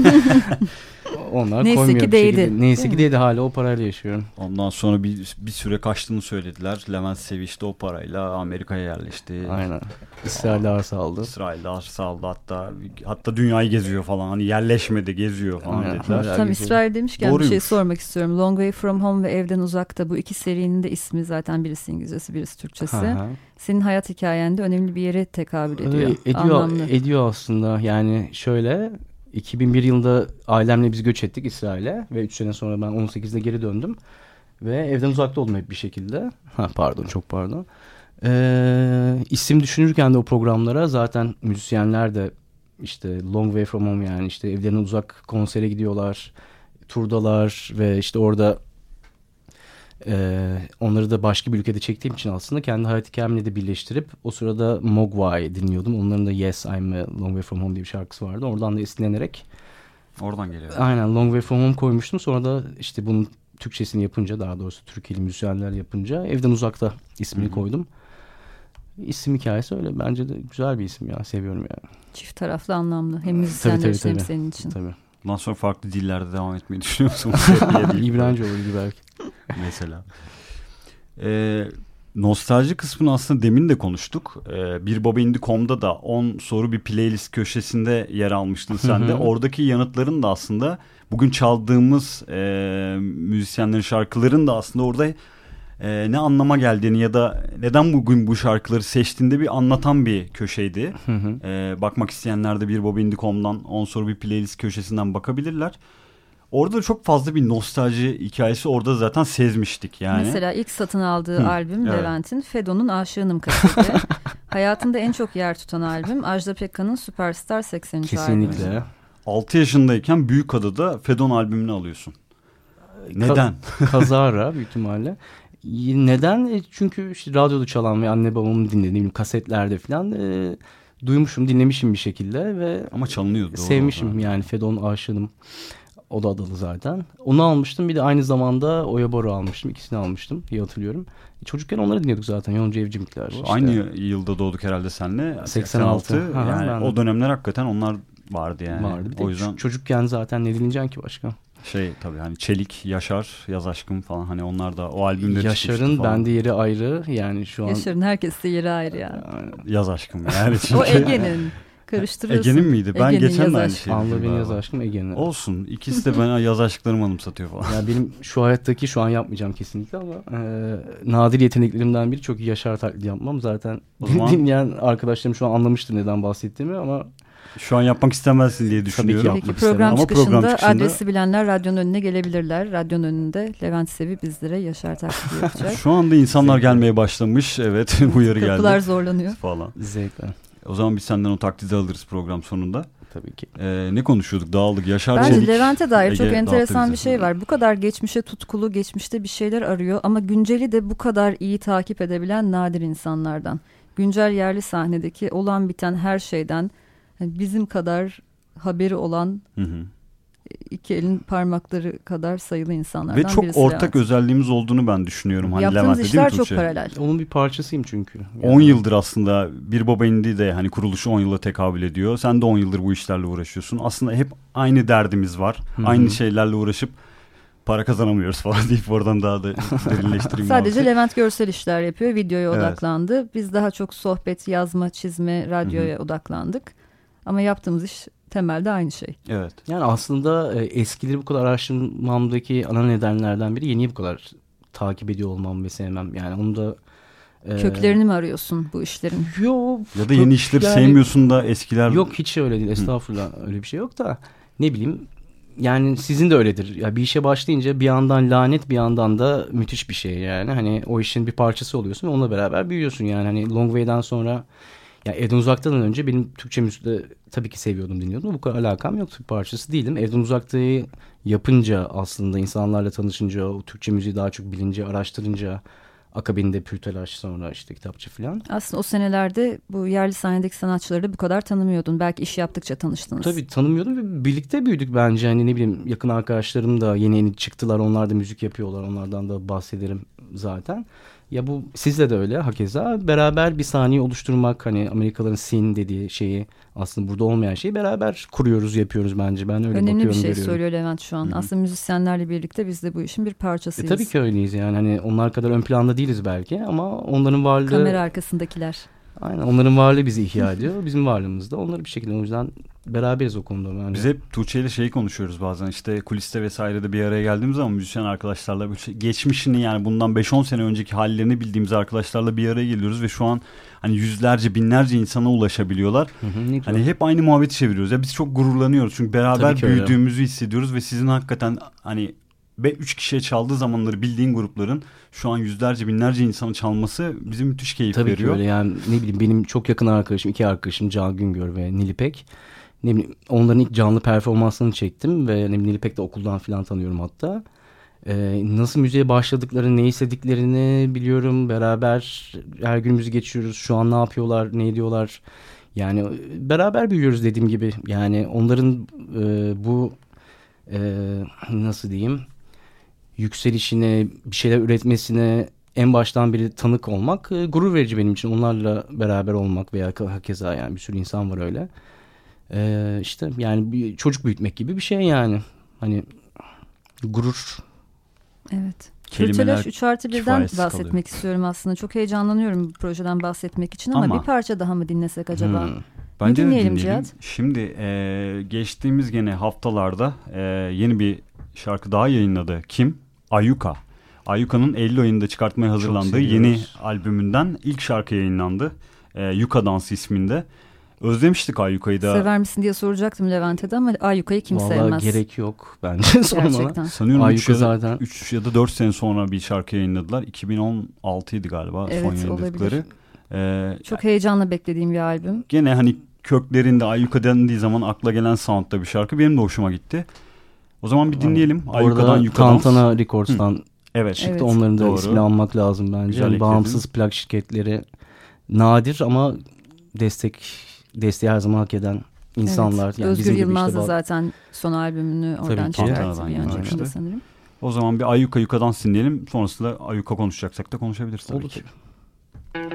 onlar Neyse koymuyor ki bir değdi. şekilde. Neyse Değil ki mi? değdi, hala o parayla yaşıyorum. Ondan sonra bir, bir süre kaçtığını söylediler. Levent Sevi işte o parayla Amerika'ya yerleşti. Aynen. İsrail'de arsa aldı. İsrail'de arsa aldı, hatta hatta dünyayı geziyor falan. Hani yerleşmedi, geziyor falan Aynen. dediler. Hala Tam geziyor. İsrail demişken bir Doğruymuş. şey sormak istiyorum. Long Way From Home ve Evden Uzakta, bu iki serinin de ismi zaten birisi İngilizcesi, birisi Türkçesi. Hı hı. Senin hayat hikayende önemli bir yere tekabül ediyor. Ee, ediyor, Anlamlı. ediyor aslında. Yani şöyle, iki bin bir yılında ailemle biz göç ettik İsrail'e ve üç sene sonra ben on sekizde geri döndüm ve evden uzakta oldum hep bir şekilde. Ha pardon, çok pardon. Ee, isim düşünürken de o programlara zaten müzisyenler de işte Long Way From Home, yani işte evden uzak konsere gidiyorlar, turdalar ve işte orada Ee, onları da başka bir ülkede çektiğim için aslında kendi hayat hikayemle de birleştirip o sırada Mogwai dinliyordum. Onların da Yes I'm a Long Way From Home diye bir şarkısı vardı. Oradan da esinlenerek Oradan geliyor. aynen Long Way From Home koymuştum. Sonra da işte bunun Türkçesini yapınca, daha doğrusu Türkiye'li müzisyenler yapınca Evden Uzakta ismini Hı hı. koydum. İsim hikayesi öyle. Bence de güzel bir isim ya. Seviyorum yani. Çift taraflı anlamlı. Hem müzisyenler tabii, için hem tabii. senin için. Tabii. Bundan sonra farklı dillerde devam etmeyi düşünüyor musun? İbranice olurdu belki. Mesela. Ee, nostalji kısmını aslında demin de konuştuk. Ee, bir baba indi nokta com'da da on soru bir playlist köşesinde yer almıştın sen de. Hı hı. Oradaki yanıtların da aslında bugün çaldığımız e, müzisyenlerin şarkıların da aslında orada e, ne anlama geldiğini ya da neden bugün bu şarkıları seçtiğinde bir anlatan bir köşeydi. Hı hı. Ee, bakmak isteyenler de bir baba indi nokta com'dan on soru bir playlist köşesinden bakabilirler. Orada da çok fazla bir nostalji hikayesi orada zaten sezmiştik yani. Mesela ilk satın aldığı Hı, albüm evet. Levent'in Fedon'un Aşığınım kaseti. Hayatında en çok yer tutan albüm Ajda Pekkan'ın Superstar seksen üç albümü. Kesinlikle. altı yaşındayken Büyükada'da Fedon albümünü alıyorsun. Neden? Kazara büyük ihtimalle. Neden? E, Çünkü işte radyoda çalan ve anne babamın dinlediğim kasetlerde falan e, duymuşum, dinlemişim bir şekilde ve Ama çalınıyordu. doğru. sevmişim yani. Fedon aşığım. O da adalı zaten. Onu almıştım. Bir de aynı zamanda Oya Bora almıştım. İkisini almıştım diye hatırlıyorum. E, çocukken onları dinliyorduk zaten. Yonca Evcimikler. Işte. Aynı yılda doğduk herhalde seninle. seksen altı. seksen altı. Aha, Yani ben de. o dönemler hakikaten onlar vardı yani. vardı. Bir de o yüzden ç- çocukken zaten ne dinleyeceksin ki başka? şey tabii hani Çelik, Yaşar, Yaz Aşkım falan hani onlar da o albümleri çıkmıştı Yaşar'ın falan. bende yeri ayrı. Yani şu an Yaşar'ın herkeste yeri ayrı ya. Aynen. Yaz Aşkım yani. O Çünkü Ege'nin. Karıştırıyorsun. Ege'nin miydi? Ben Ege'nin geçen yaz de aynı aşkı. şeyi Anla dedim beni yaz galiba. aşkım Ege'nin. Olsun. İkisi de bana yaz aşklarımı anımsatıyor falan. Ya benim şu hayattaki şu an yapmayacağım kesinlikle ama e, nadir yeteneklerimden biri çok iyi Yaşar taklidi yapmam. Zaten O zaman- dinleyen arkadaşlarım şu an anlamıştır neden bahsettiğimi ama Şu an yapmak istemezsin diye düşünüyorum. yapmak Peki istemem. program Ama çıkışında, program çıkışında- adresi bilenler radyonun önüne gelebilirler. Radyonun önünde Levent Sevi bizlere Yaşar taklidi yapacak. Şu anda insanlar Zevkle. gelmeye başlamış. Evet, uyarı Kapılar geldi zorlanıyor. falan. zevkle O zaman biz senden o taklidi alırız program sonunda. tabii ki. Ee, ne konuşuyorduk? Dağıldık. Yaşar Bence Çelik. Levent'e dair çok Ege enteresan dağıttı bir bizi. şey var. Bu kadar geçmişe tutkulu, geçmişte bir şeyler arıyor ama günceli de bu kadar iyi takip edebilen nadir insanlardan. Güncel yerli sahnedeki olan biten her şeyden yani bizim kadar haberi olan Hı hı. iki elin parmakları kadar sayılı insanlardan Ve çok birisi ortak Levent. özelliğimiz olduğunu ben düşünüyorum. Hani Yaptığımız Levent'te değil mi işler çok Tuğçe? paralel. Onun bir parçasıyım çünkü. on yıldır aslında Bir Baba İndi de hani kuruluşu on yıla tekabül ediyor. Sen de on yıldır bu işlerle uğraşıyorsun. Aslında hep aynı derdimiz var. Hı hı. Aynı şeylerle uğraşıp para kazanamıyoruz falan deyip oradan daha da derinleştireyim. Sadece muhabbeti. Levent görsel işler yapıyor, videoya Evet. odaklandı. Biz daha çok sohbet, yazma, çizme, radyoya odaklandık. Ama yaptığımız iş temelde aynı şey. Evet. Yani aslında e, eskileri bu kadar araştırmamdaki ana nedenlerden biri yeniyi bu kadar takip ediyor olmam ve sevmem. Yani onu da e, Köklerini mi arıyorsun bu işlerin? Yok. Ya da yeni işleri yani- sevmiyorsun da eskiler... Yok hiç öyle değil. Estağfurullah öyle bir şey yok da ne bileyim yani sizin de öyledir. Ya bir işe başlayınca bir yandan lanet bir yandan da müthiş bir şey yani. Hani o işin bir parçası oluyorsun ve onunla beraber büyüyorsun yani. Hani Long Way'den sonra ya Evden Uzak'tan önce benim Türkçe müzikte tabii ki seviyordum dinliyordum ama bu kadar alakam yoktu. Bir parçası değildim. Evden Uzak'tayı yapınca aslında insanlarla tanışınca o Türkçe müziği daha çok bilince araştırınca akabinde Pürtelaş sonra işte kitapçı falan. Aslında o senelerde bu yerli sahnedeki sanatçıları da bu kadar tanımıyordun. Belki iş yaptıkça tanıştınız. Tabii tanımıyordum ve birlikte büyüdük bence. Hani ne bileyim yakın arkadaşlarım da yeni yeni çıktılar. Onlar da müzik yapıyorlar. Onlardan da bahsederim zaten. Ya bu sizle de öyle hakeza. Beraber bir sahneyi oluşturmak hani Amerikalıların scene dediği şeyi aslında burada olmayan şeyi beraber kuruyoruz yapıyoruz bence. Ben öyle Önemli bir bakıyorum şey görüyorum. söylüyor Levent şu an. Hı hı. Aslında müzisyenlerle birlikte biz de bu işin bir E, parçasıyız. tabii ki öyleyiz yani. Hani onlar kadar ön planda değiliz belki ama onların varlığı Kamera arkasındakiler. aynen onların varlığı bizi ihya ediyor. Bizim varlığımız da onları bir şekilde o yüzden beraberiz o konuda bence. Biz hep Tuğçe ile şeyi konuşuyoruz bazen işte kuliste vesairede bir araya geldiğimiz zaman müzisyen arkadaşlarla böyle şey- geçmişini yani bundan beş on sene önceki hallerini bildiğimiz arkadaşlarla bir araya geliyoruz ve şu an hani yüzlerce binlerce insana ulaşabiliyorlar. Hı hı, ne güzel. Hani hep aynı muhabbeti çeviriyoruz. Ya biz çok gururlanıyoruz çünkü beraber Tabii ki öyle. büyüdüğümüzü hissediyoruz ve sizin hakikaten hani ve üç kişiye çaldığı zamanları bildiğin grupların şu an yüzlerce binlerce insanı çalması bize müthiş keyif Tabii veriyor. ki öyle yani ne bileyim benim çok yakın arkadaşım iki arkadaşım Can Güngör ve Nilipek. Ne bileyim onların ilk canlı performansını çektim ve ne bileyim, Nilipek de okuldan falan tanıyorum hatta. Ee, nasıl müziğe başladıklarını, ne istediklerini biliyorum. Beraber her günümüzü geçiyoruz. Şu an ne yapıyorlar, ne ediyorlar. Yani beraber büyüyoruz dediğim gibi. Yani onların e, bu e, nasıl diyeyim yükselişine, bir şeyler üretmesine en baştan beri tanık olmak e, gurur verici benim için. Onlarla beraber olmak veya hakeza yani bir sürü insan var öyle. E, işte yani bir çocuk büyütmek gibi bir şey yani. Hani gurur. Evet. Kelimeler Fırçalaş üç artı birden kifayesiz bahsetmek kalıyor. istiyorum aslında. Çok heyecanlanıyorum bu projeden bahsetmek için ama, Ama- bir parça daha mı dinlesek acaba? Hmm. Bence de dinleyelim dinleyelim. Cihat? Şimdi e, geçtiğimiz gene haftalarda e, yeni bir şarkı daha yayınladı. Kim? Ayuka. Ayuka'nın Eylül ayında çıkartmaya hazırlandığı yeni seviyoruz. albümünden ilk şarkı yayınlandı. E, Yuka Dansı isminde. Özlemiştik Ayuka'yı da. Sever misin diye soracaktım Levent'e de ama Ayyuka'yı kim Vallahi sevmez? gerek yok bence sormana. Gerçekten. Sanıyorum üç Ayyuka ya, da, zaten. üç ya da dört sene sonra bir şarkı yayınladılar. iki bin on altıydı galiba Evet, son yayınladıkları. E, Çok heyecanla beklediğim bir albüm. Gene hani köklerinde Ayyuka dendiği zaman akla gelen sound'da bir şarkı. Benim de hoşuma gitti. O zaman bir dinleyelim. Ayyuka'dan Orada Yuka Dans. Tantana Records'tan Evet. çıktı. Evet. Onların da Doğru. ismini almak lazım bence. Güzel Yani ekledin. bağımsız plak şirketleri nadir ama destek desteği her zaman hak eden insanlar. Evet. Yani Özgür bizim gibi Yılmaz işte da bak- zaten son albümünü oradan ki. çıkarttı Tantana'dan bir öncekinde yayınlamıştı. sanırım. O zaman bir Ayyuka Yuka Dans dinleyelim. Sonrasında Ayyuka konuşacaksak da konuşabiliriz tabii Olur ki. tabii.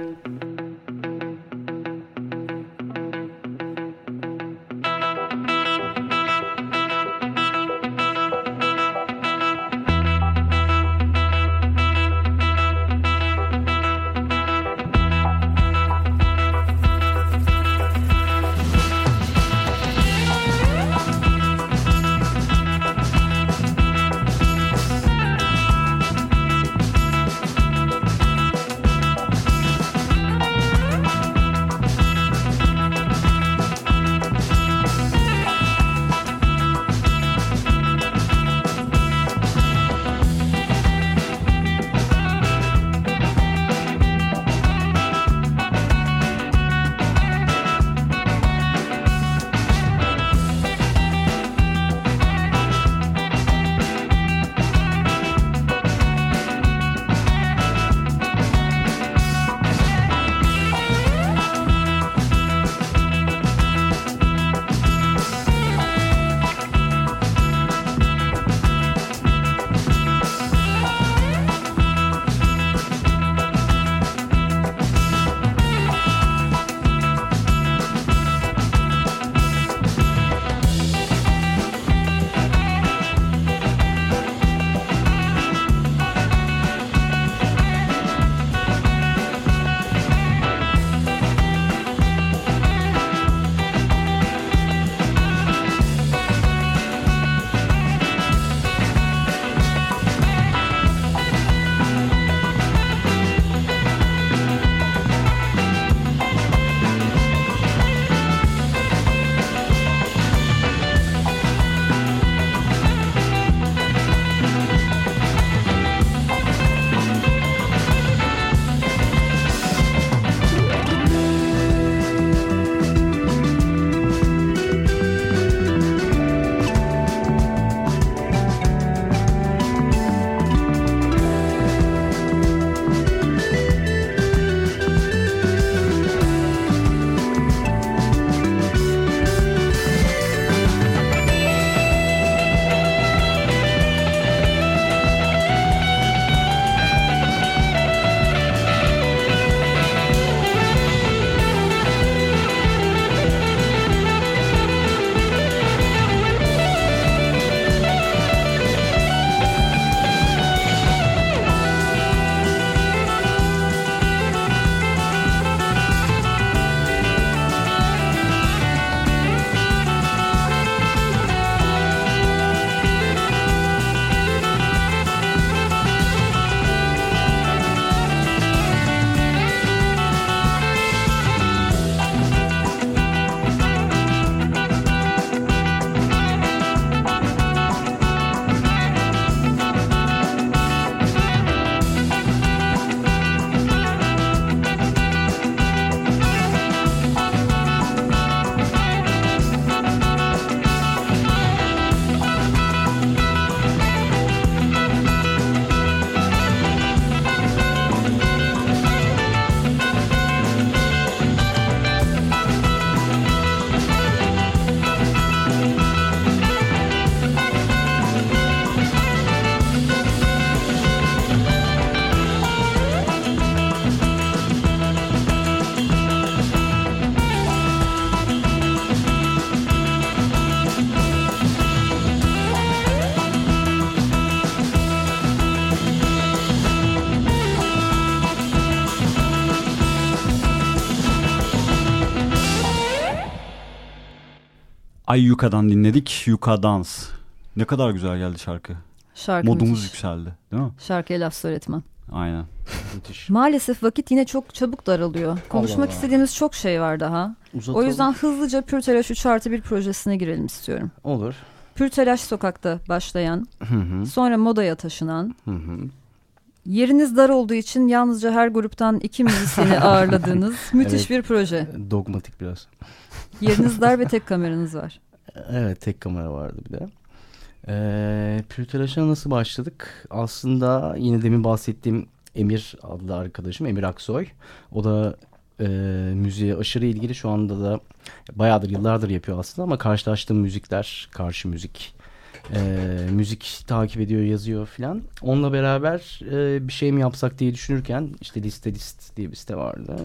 Ayyuka'dan dinledik. Yuka Dans. Ne kadar güzel geldi şarkı. Şarkı Modumuz müthiş. yükseldi, değil mi? Şarkıya laf söyletmem. Aynen. Müthiş. Maalesef vakit yine çok çabuk daralıyor. Konuşmak Allah. istediğimiz çok şey var daha. Uzatalım. O yüzden hızlıca Pürtelaş üç artı bir projesine girelim istiyorum. Olur. Pürtelaş Sokak'ta başlayan, Hı hı. sonra Moda'ya taşınan, Hı hı. yeriniz dar olduğu için yalnızca her gruptan iki müzisyeni ağırladığınız müthiş Evet. bir proje. Dogmatik biraz. Yeriniz dar ve tek kameranız var. Evet, tek kamera vardı bir de. Ee, Pürtelaş'a nasıl başladık? Aslında yine demin bahsettiğim Emir adlı arkadaşım, Emir Aksoy. O da e, müziğe aşırı ilgili, şu anda da bayağıdır, yıllardır yapıyor aslında, ama karşılaştığım müzikler, karşı müzik, e, müzik takip ediyor, yazıyor filan. Onunla beraber e, bir şey mi yapsak diye düşünürken işte Liste List diye bir site vardı.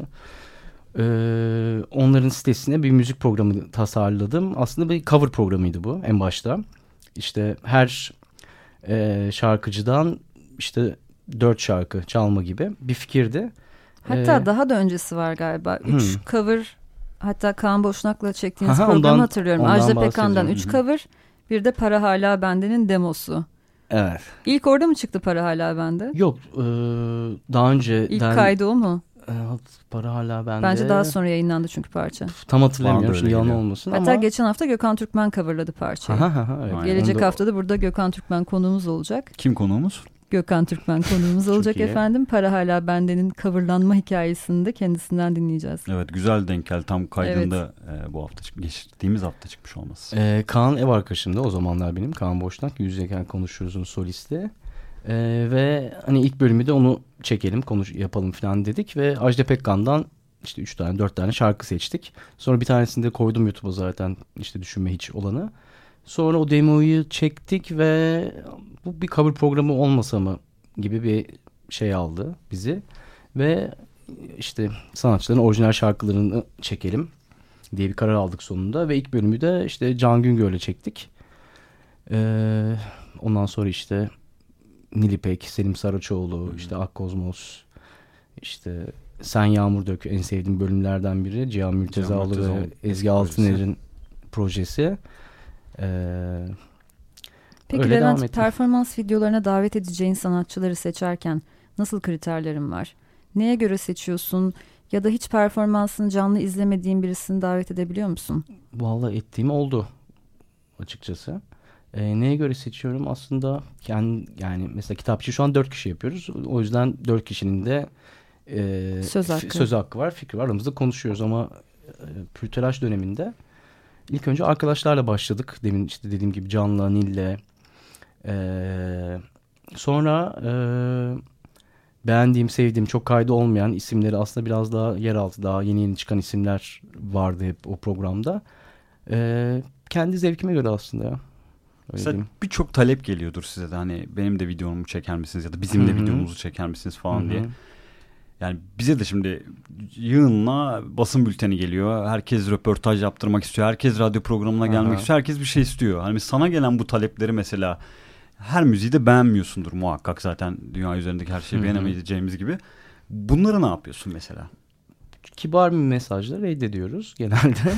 Ee, onların sitesine bir müzik programı tasarladım. Aslında bir cover programıydı bu en başta. İşte her e, şarkıcıdan işte dört şarkı çalma gibi bir fikirdi. Hatta Ee, daha da öncesi var galiba. Üç Hmm. cover, hatta Kaan Boşnak'la çektiğiniz Aha, programı ondan- hatırlıyorum. ondan Ajda Pekkan'dan bahsediyorum. üç Hı hı. cover, bir de Para Hala Bende'nin demosu. Evet. İlk orada mı çıktı Para Hala Bende? Yok, e, daha önce İlk kaydı o mu? e, para hala bende. Bence daha sonra yayınlandı çünkü parça. Tam Bana hatırlamıyorum da şimdi, öyle yalan geliyor. olmasın Hatta ama. geçen hafta Gökhan Türkmen coverladı parçayı. Aha, aha, evet. Aynen. Gelecek Onu da- hafta da burada Gökhan Türkmen konuğumuz olacak. Kim konuğumuz? Gökhan Türkmen konuğumuz olacak iyi. efendim. Para Hala Bende'nin coverlanma hikayesini de kendisinden dinleyeceğiz. Evet, güzel denk geldi. Tam kaydında e, bu hafta çık- geçtiğimiz hafta çıkmış olması. Ee, Kaan ev arkadaşımdı o zamanlar benim. Kaan Boşnak, Yüzdeyken Konuşuruz'un solisti. Ee, ve hani ilk bölümü de onu çekelim, konuş yapalım falan dedik ve Ajda Pekkan'dan işte üç tane dört tane şarkı seçtik. Sonra bir tanesini de koydum YouTube'a zaten, işte Düşünme Hiç olanı. Sonra o demoyu çektik ve bu bir cover programı olmasa mı gibi bir şey aldı bizi. Ve işte sanatçıların orijinal şarkılarını çekelim diye bir karar aldık sonunda. Ve ilk bölümü de işte Can Güngör'le çektik. Ee, ondan sonra işte Nilipek, Selim Saraçoğlu, işte Akkozmos, işte Sen Yağmur Dök en sevdiğim bölümlerden biri. Cihan Mürtezaoğlu Mürtezaoğlu ve Ezgi Altıner'in projesi. Ee, Peki öyle devam Levent, ettim. performans videolarına davet edeceğin sanatçıları seçerken nasıl kriterlerin var? Neye göre seçiyorsun? Ya da hiç performansını canlı izlemediğin birisini davet edebiliyor musun? Vallahi ettiğim oldu açıkçası. Ee, neye göre seçiyorum? Aslında yani, yani mesela kitapçı şu an dört kişi yapıyoruz. O yüzden dört kişinin de e, Söz f- hakkı. söz hakkı var, fikri var. Aramızda konuşuyoruz ama e, Pürtelaş döneminde ilk önce arkadaşlarla başladık. Demin işte dediğim gibi Can'la, Nil'le. Ee, sonra e, beğendiğim, sevdiğim, çok kaydı olmayan isimleri, aslında biraz daha yeraltı, daha yeni yeni çıkan isimler vardı hep o programda. Ee, kendi zevkime göre aslında ya. Öyle Mesela diyeyim. birçok talep geliyordur size de, hani benim de videomu çeker misiniz ya da bizim de Hı hı. videomuzu çeker misiniz falan Hı hı. diye. Yani bize de şimdi yığınla basın bülteni geliyor. Herkes röportaj yaptırmak istiyor. Herkes radyo programına gelmek Aha. istiyor. Herkes bir şey istiyor. Hani sana gelen bu talepleri mesela, her müziği de beğenmiyorsundur muhakkak, zaten dünya üzerindeki her şeyi Hı hı. beğenemeyeceğimiz gibi. Bunları ne yapıyorsun mesela? Kibar bir mesajla reddediyoruz genelde.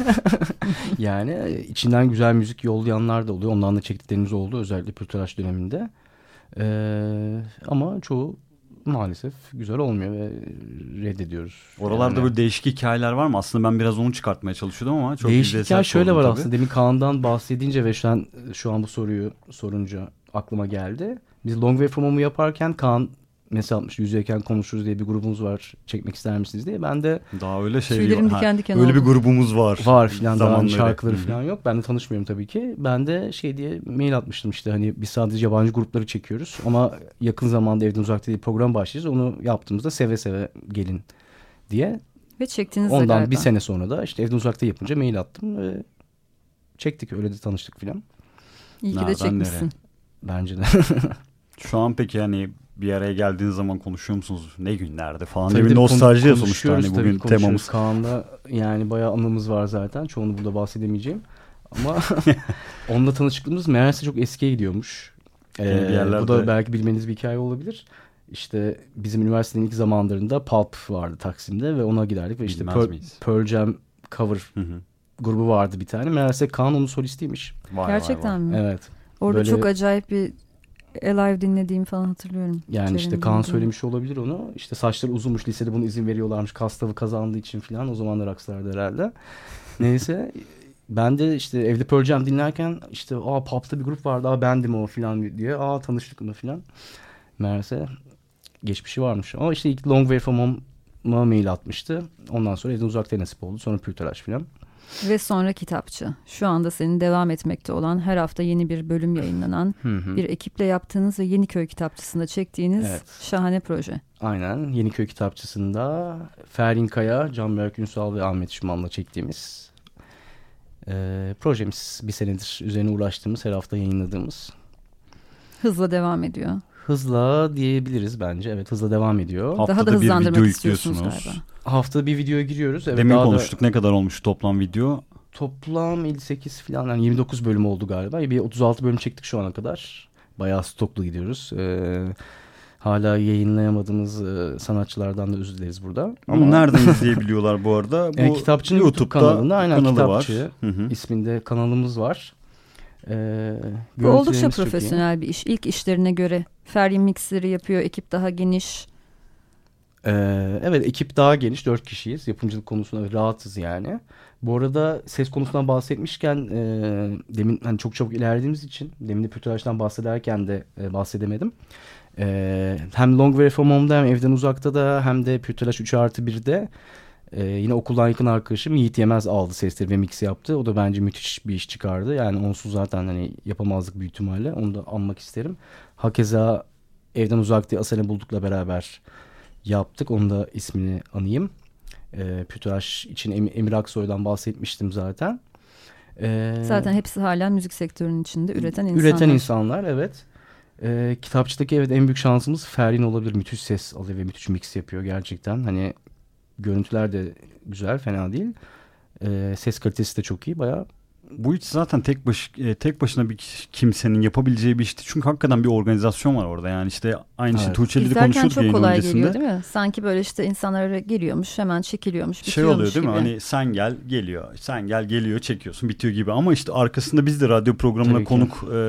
Yani içinden güzel müzik yollayanlar da oluyor. Ondan da çektiklerimiz oldu, özellikle Pürtelaş döneminde. Ee, ama çoğu maalesef güzel olmuyor ve reddediyoruz. Oralarda Yani böyle değişik hikayeler var mı? Aslında ben biraz onu çıkartmaya çalışıyordum ama çok değişik yüzeysel hikaye şöyle sordum var tabii. aslında. Demin Kaan'dan bahsedince ve şu an, şu an bu soruyu sorunca aklıma geldi. Biz Long Way From Home'u yaparken Kaan mesaj atmış. Yüzdeyken Konuşuruz diye bir grubumuz var. Çekmek ister misiniz diye. Ben de Daha öyle şey Tüylerim yok. Ha, diken diken öyle bir oldu. grubumuz var. var filan, daha Zamanları. şarkıları Hı hı. filan yok. Ben de tanışmıyorum tabii ki. Ben de şey diye mail atmıştım, işte hani biz sadece yabancı grupları çekiyoruz ama yakın zamanda Evden Uzakta diye bir program başlayacağız. Onu yaptığımızda seve seve gelin diye. Ve çektiniz de Ondan galiba. bir sene sonra da işte Evden Uzakta yapınca mail attım ve çektik, öyle de tanıştık filan. İyi ki de Nereden çekmişsin. nereye? Bence de. Şu an peki hani bir araya geldiğiniz zaman konuşuyor musunuz? Ne günlerde falan Tabii diye bir tabii, nostalji ya konu- sonuçta konuşuyoruz hani tabii, bugün konuşuyoruz. temamız. Kaan'la yani bayağı anımız var zaten. Çoğunu burada bahsedemeyeceğim. Ama onunla tanışıklığımız meğerse çok eskiye gidiyormuş. Ee, Yani bir yerlerde- bu da belki bilmeniz bir hikaye olabilir. İşte bizim üniversitenin ilk zamanlarında Pulp vardı Taksim'de ve ona giderdik ve işte Bilmez Pearl, miyiz? Pearl Jam cover Hı hı. grubu vardı bir tane. Meğerse Kaan onun solistiymiş. Vay, Gerçekten vay, vay. mi? Evet. Orada Böyle- çok acayip bir Alive dinlediğimi falan hatırlıyorum. Yani Cem'in işte Kaan dinlediğimi. söylemiş olabilir onu. İşte saçları uzunmuş, lisede bunu izin veriyorlarmış. Kastavı kazandığı için falan. O zamanlar Rockstar'dı herhalde. Neyse. Ben de işte evde Pearl Jam dinlerken işte aa pub'da bir grup vardı. Aa bendim o falan diye. Aa tanıştık mı falan. Meğerse geçmişi varmış. Ama işte ilk Long Way From Home'a mail atmıştı. Ondan sonra Evden Uzak'ta nasip oldu. Sonra Pürtelaş falan. Ve sonra kitapçı. Şu anda senin devam etmekte olan, her hafta yeni bir bölüm yayınlanan, Hı hı. bir ekiple yaptığınız ve Yeniköy kitapçısında çektiğiniz Evet. şahane proje. Aynen. Yeniköy kitapçısında Ferhin Kaya, Canberk Ünsal ve Ahmet Şuman'la çektiğimiz e, projemiz. Bir senedir üzerine uğraştığımız, her hafta yayınladığımız. Hızla devam ediyor. Hızla diyebiliriz bence. Evet, hızla devam ediyor. Haftada Daha da bir hızlandırmak video istiyorsunuz yüklüyorsunuz. galiba. Haftada bir videoya giriyoruz. Evet, Demin daha da konuştuk. Ne kadar olmuş toplam video? toplam elli sekiz falan, yani yirmi dokuz bölüm oldu galiba. Bir otuz altı bölüm çektik şu ana kadar. Bayağı stoklu gidiyoruz. Ee, hala yayınlayamadığımız e, sanatçılardan da özür dileriz burada. Ama nereden izleyebiliyorlar bu arada? Bu E, kitapçının YouTube kanalında, aynen, kanalı kitapçı var. Hı hı. isminde kanalımız var. Ee, Bu oldukça görüntülerimiz çok iyi. profesyonel bir iş. İlk işlerine göre Feryin mixleri yapıyor, ekip daha geniş. Ee, evet, ekip daha geniş, dört kişiyiz. Yapımcılık konusunda rahatız yani. Bu arada ses konusundan bahsetmişken e, demin hani çok çabuk ilerlediğimiz için, demin de Pürtelaş'tan bahsederken de e, bahsedemedim. E, hem Long Way From Home'da hem Evden Uzak'ta da hem de Pürtelaş üç artı birde e, yine okuldan yakın arkadaşım Yiğit Yemez aldı sesleri ve mix yaptı. O da bence müthiş bir iş çıkardı. Yani onsuz zaten hani yapamazdık büyük ihtimalle. Onu da anmak isterim. Hakeza Evden Uzak'ta Asene Bulduk'la beraber yaptık. Onu da ismini anayım. E, Pürtelaş için Em- Emir Aksoy'dan bahsetmiştim zaten. E, Zaten hepsi hala müzik sektörünün içinde üreten insanlar. Üreten insanlar, evet. E, kitapçıdaki evet en büyük şansımız Ferhin olabilir. Müthiş ses alıyor ve müthiş mix yapıyor gerçekten. Hani görüntüler de güzel, fena değil. E, ses kalitesi de çok iyi. Bayağı Bu iş zaten tek baş e, tek başına bir kimsenin yapabileceği bir işti. Çünkü hakikaten bir organizasyon var orada. Yani işte aynı şey Evet. Tuğçe'yle de İzlerken konuşuyorduk çok yayın kolay öncesinde. geliyor değil mi? Sanki böyle işte insanlara geliyormuş, hemen çekiliyormuş, Şey bitiyormuş oluyor değil mi? gibi. Hani sen gel geliyor. Sen gel geliyor çekiyorsun bitiyor gibi. Ama işte arkasında biz de radyo programına Tabii ki. konuk e,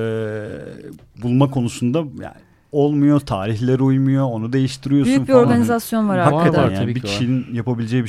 bulma konusunda yani olmuyor. Tarihler uymuyor. Onu değiştiriyorsun Büyük bir falan. organizasyon var Var, arkada. Hakikaten var, yani tabii bir ki var. kişinin yapabileceği bir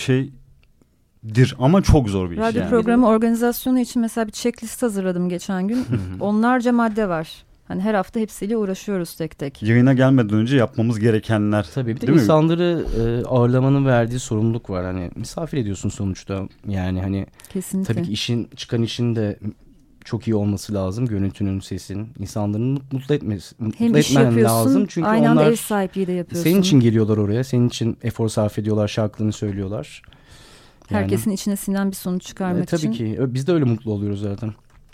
şeydir ama çok zor bir iş Radyo yani. programı organizasyonu için mesela bir checklist hazırladım geçen gün. Onlarca madde var. Hani her hafta hepsiyle uğraşıyoruz tek tek. Yayına gelmeden önce yapmamız gerekenler. tabii bir de Değil mi? insanları e, ağırlamanın verdiği sorumluluk var. Hani misafir ediyorsun sonuçta. Yani hani Kesinlikle. tabii ki işin, çıkan işin de çok iyi olması lazım. Görüntünün, sesin. İnsanların mutlu etmesi, mutlu Hem iş etmen yapıyorsun, lazım. Çünkü aynı anda onlar ev sahipliği de yapıyorsun. senin için geliyorlar oraya. Senin için efor sarf ediyorlar, şarkılarını söylüyorlar. Yani, Herkesin içine sinen bir sonuç çıkarmak e, tabii için ki. Ö- Biz de öyle mutlu oluyoruz zaten.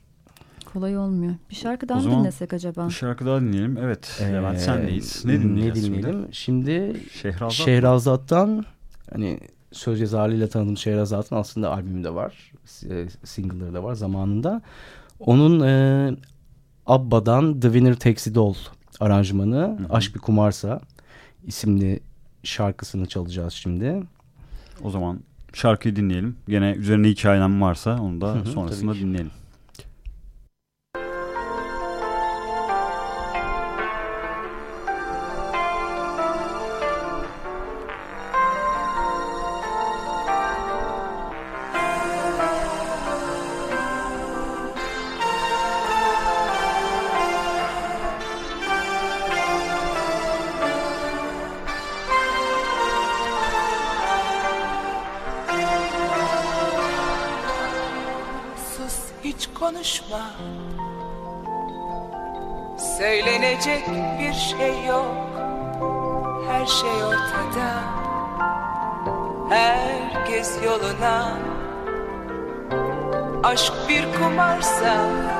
kolay olmuyor. Bir şarkı daha O mı zaman dinlesek acaba? Bir şarkı daha dinleyelim. Evet. Ee, Levent sendeyiz. Ne dinleyeceğiz Ne şimdi? dinleyelim? Şimdi, Şehrazat. Şehrazat'tan, hani söz yazarlığıyla tanıdığım Şehrazat'ın aslında albümü de var. E, single'ları da var zamanında. Onun e, Abba'dan The Winner Takes It All aranjmanı, Hı hı. Aşk Bir Kumarsa isimli şarkısını çalacağız şimdi. O zaman şarkıyı dinleyelim. Gene üzerine hikayem varsa onu da Hı hı, sonrasında tabii ki. dinleyelim. Sus, hiç konuşma. Söylenecek bir şey yok. Her şey ortada. Herkes yoluna. Aşk bir kumarsa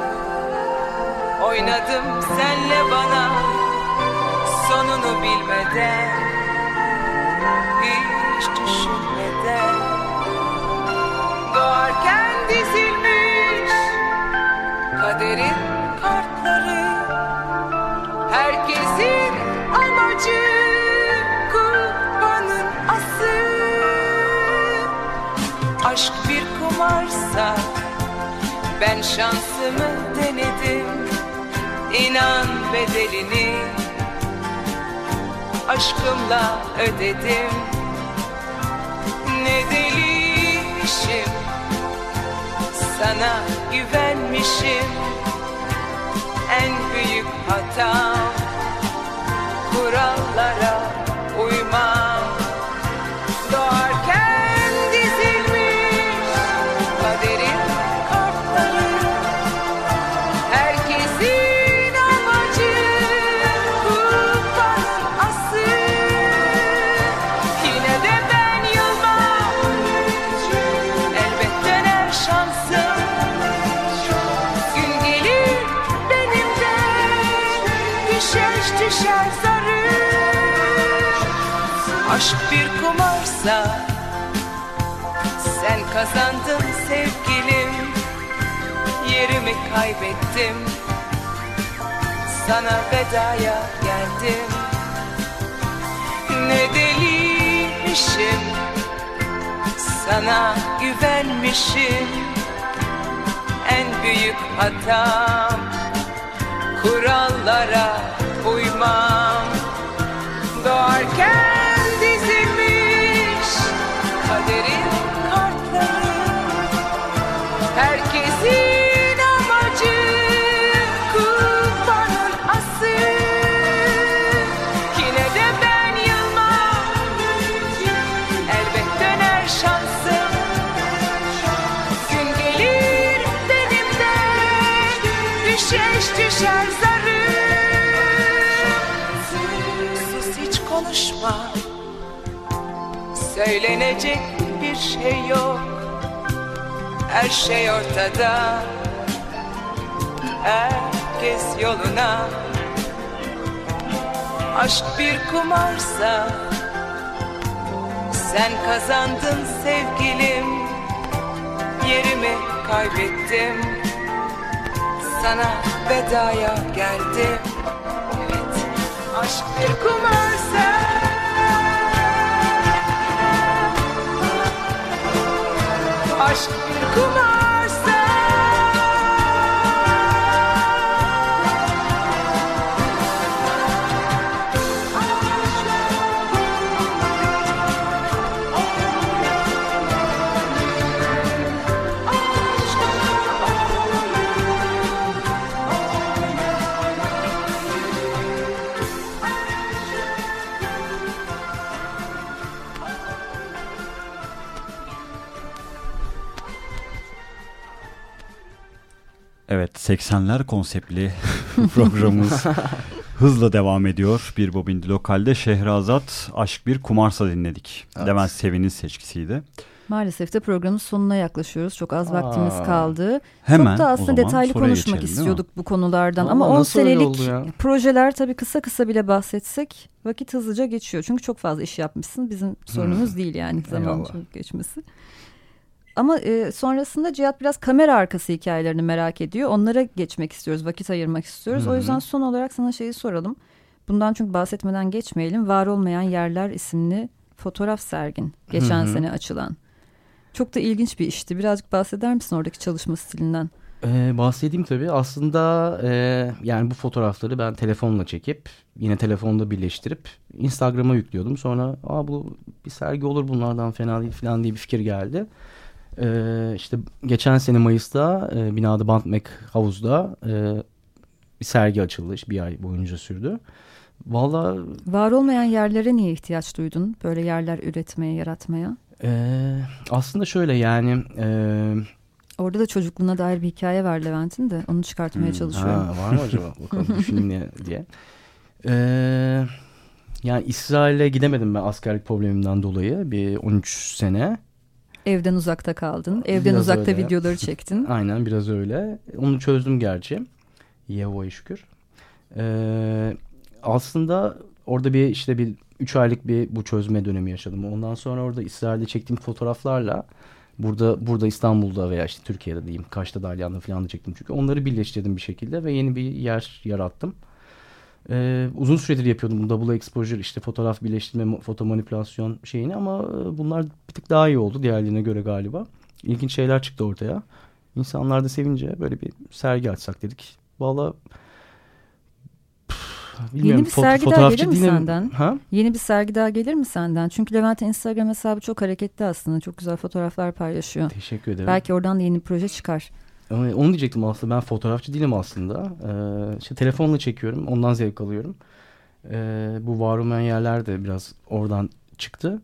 oynadım senle bana. Sonunu bilmeden, hiç düşünmeden, doğarken dizilmiş kaderin kartları. Herkesin amacı kurbanın ası. Aşk bir kumarsa ben şansımı denedim. İnan bedelini aşkımla ödedim. Ne deliymişim, sana güvenmişim. En büyük hatam kurallara uymam. Doğarken dizilmiş kaderin kartları. Herkesin amacı kupanın ası. Yine de ben yılmam, elbet döner şansım. Gün gelir benim de düşer düşer zarım. Aşk bir kumarsa sen kazandın sevgilim. Yerimi kaybettim, sana vedaya geldim. Ne deliymişim, sana güvenmişim. En büyük hatam kurallara uymam. Doğarken dizilmiş kaderin kartları. Herkesin amacı kupanın ası. Yine de ben yılmam, elbet döner şansım. Gün gelir benim de düşeş düşer zarım. Sus, hiç konuşma, söylenecek bir şey yok. Her şey ortada, herkes yoluna. Aşk bir kumarsa sen kazandın sevgilim. Yerimi kaybettim, sana vedaya geldim. Evet, aşk bir kumarsa aşk bir kumarsa. Evet, seksenler konseptli programımız hızla devam ediyor. Bir Bobindi Lokal'de Şehrazat Aşk Bir Kumarsa dinledik. Evet. Levent Sevin'in seçkisiydi. Maalesef de programın sonuna yaklaşıyoruz. Çok az Aa. vaktimiz kaldı. Hemen Çok da o aslında zaman detaylı soruya konuşmak geçelim, değil mi? istiyorduk bu konulardan. Vallahi Ama on nasıl öyle senelik oldu ya? projeler tabii kısa kısa bile bahsetsek vakit hızlıca geçiyor. Çünkü çok fazla iş yapmışsın. Bizim sorunumuz değil yani zaman Eyvallah. çok geçmesi. Ama e, sonrasında Cihat biraz kamera arkası hikayelerini merak ediyor. Onlara geçmek istiyoruz, vakit ayırmak istiyoruz. Hı hı. O yüzden son olarak sana şeyi soralım. Bundan çünkü bahsetmeden geçmeyelim. Var Olmayan Yerler isimli fotoğraf sergin. Geçen Hı hı. sene açılan. Çok da ilginç bir işti. Birazcık bahseder misin oradaki çalışma stilinden? Ee, bahsedeyim tabii. Aslında e, yani bu fotoğrafları ben telefonla çekip yine telefonda birleştirip Instagram'a yüklüyordum. Sonra Aa, bu bir sergi olur bunlardan fena değil falan diye bir fikir geldi. Ee, işte geçen sene Mayıs'ta e, binada Bandmek Havuz'da e, bir sergi açıldı. İşte bir ay boyunca sürdü. Vallahi Var olmayan yerlere niye ihtiyaç duydun? Böyle yerler üretmeye, yaratmaya. e, aslında şöyle yani... E, Orada da çocukluğuna dair bir hikaye var Levent'in de. Onu çıkartmaya Hmm, çalışıyorum. Ha, var mı acaba? Bakalım düşüneyim ne diye. Ee, yani İsrail'e gidemedim ben askerlik problemimden dolayı. Bir on üç sene. Evden uzakta kaldın. Evden Biraz uzakta öyle. videoları çektin. Aynen biraz öyle. Onu çözdüm gerçi. Yehova'ya şükür. Ee, aslında orada bir işte bir üç aylık bir bu çözme dönemi yaşadım. Ondan sonra orada İsrail'de çektiğim fotoğraflarla burada burada İstanbul'da veya işte Türkiye'de diyeyim Kaş'ta, Dalyan'da falan da çektim çünkü onları birleştirdim bir şekilde ve yeni bir yer yarattım. Ee, uzun süredir yapıyordum bu double exposure işte fotoğraf birleştirme, foto manipülasyon şeyini ama bunlar bir tık daha iyi oldu diğerlerine göre galiba. İlginç şeyler çıktı ortaya. İnsanlar da sevince böyle bir sergi açsak dedik. Vallahi yeni bir sergi daha gelir mi değilim. senden? Ha? Yeni bir sergi daha gelir mi senden? Çünkü Levent'in Instagram hesabı çok hareketli aslında. Çok güzel fotoğraflar paylaşıyor. Teşekkür ederim. Belki oradan da yeni bir proje çıkar. Ama onu diyecektim aslında. Ben fotoğrafçı değilim aslında. Ee, işte telefonla çekiyorum. Ondan zevk alıyorum. Ee, bu var olmayan yerler de biraz oradan çıktı.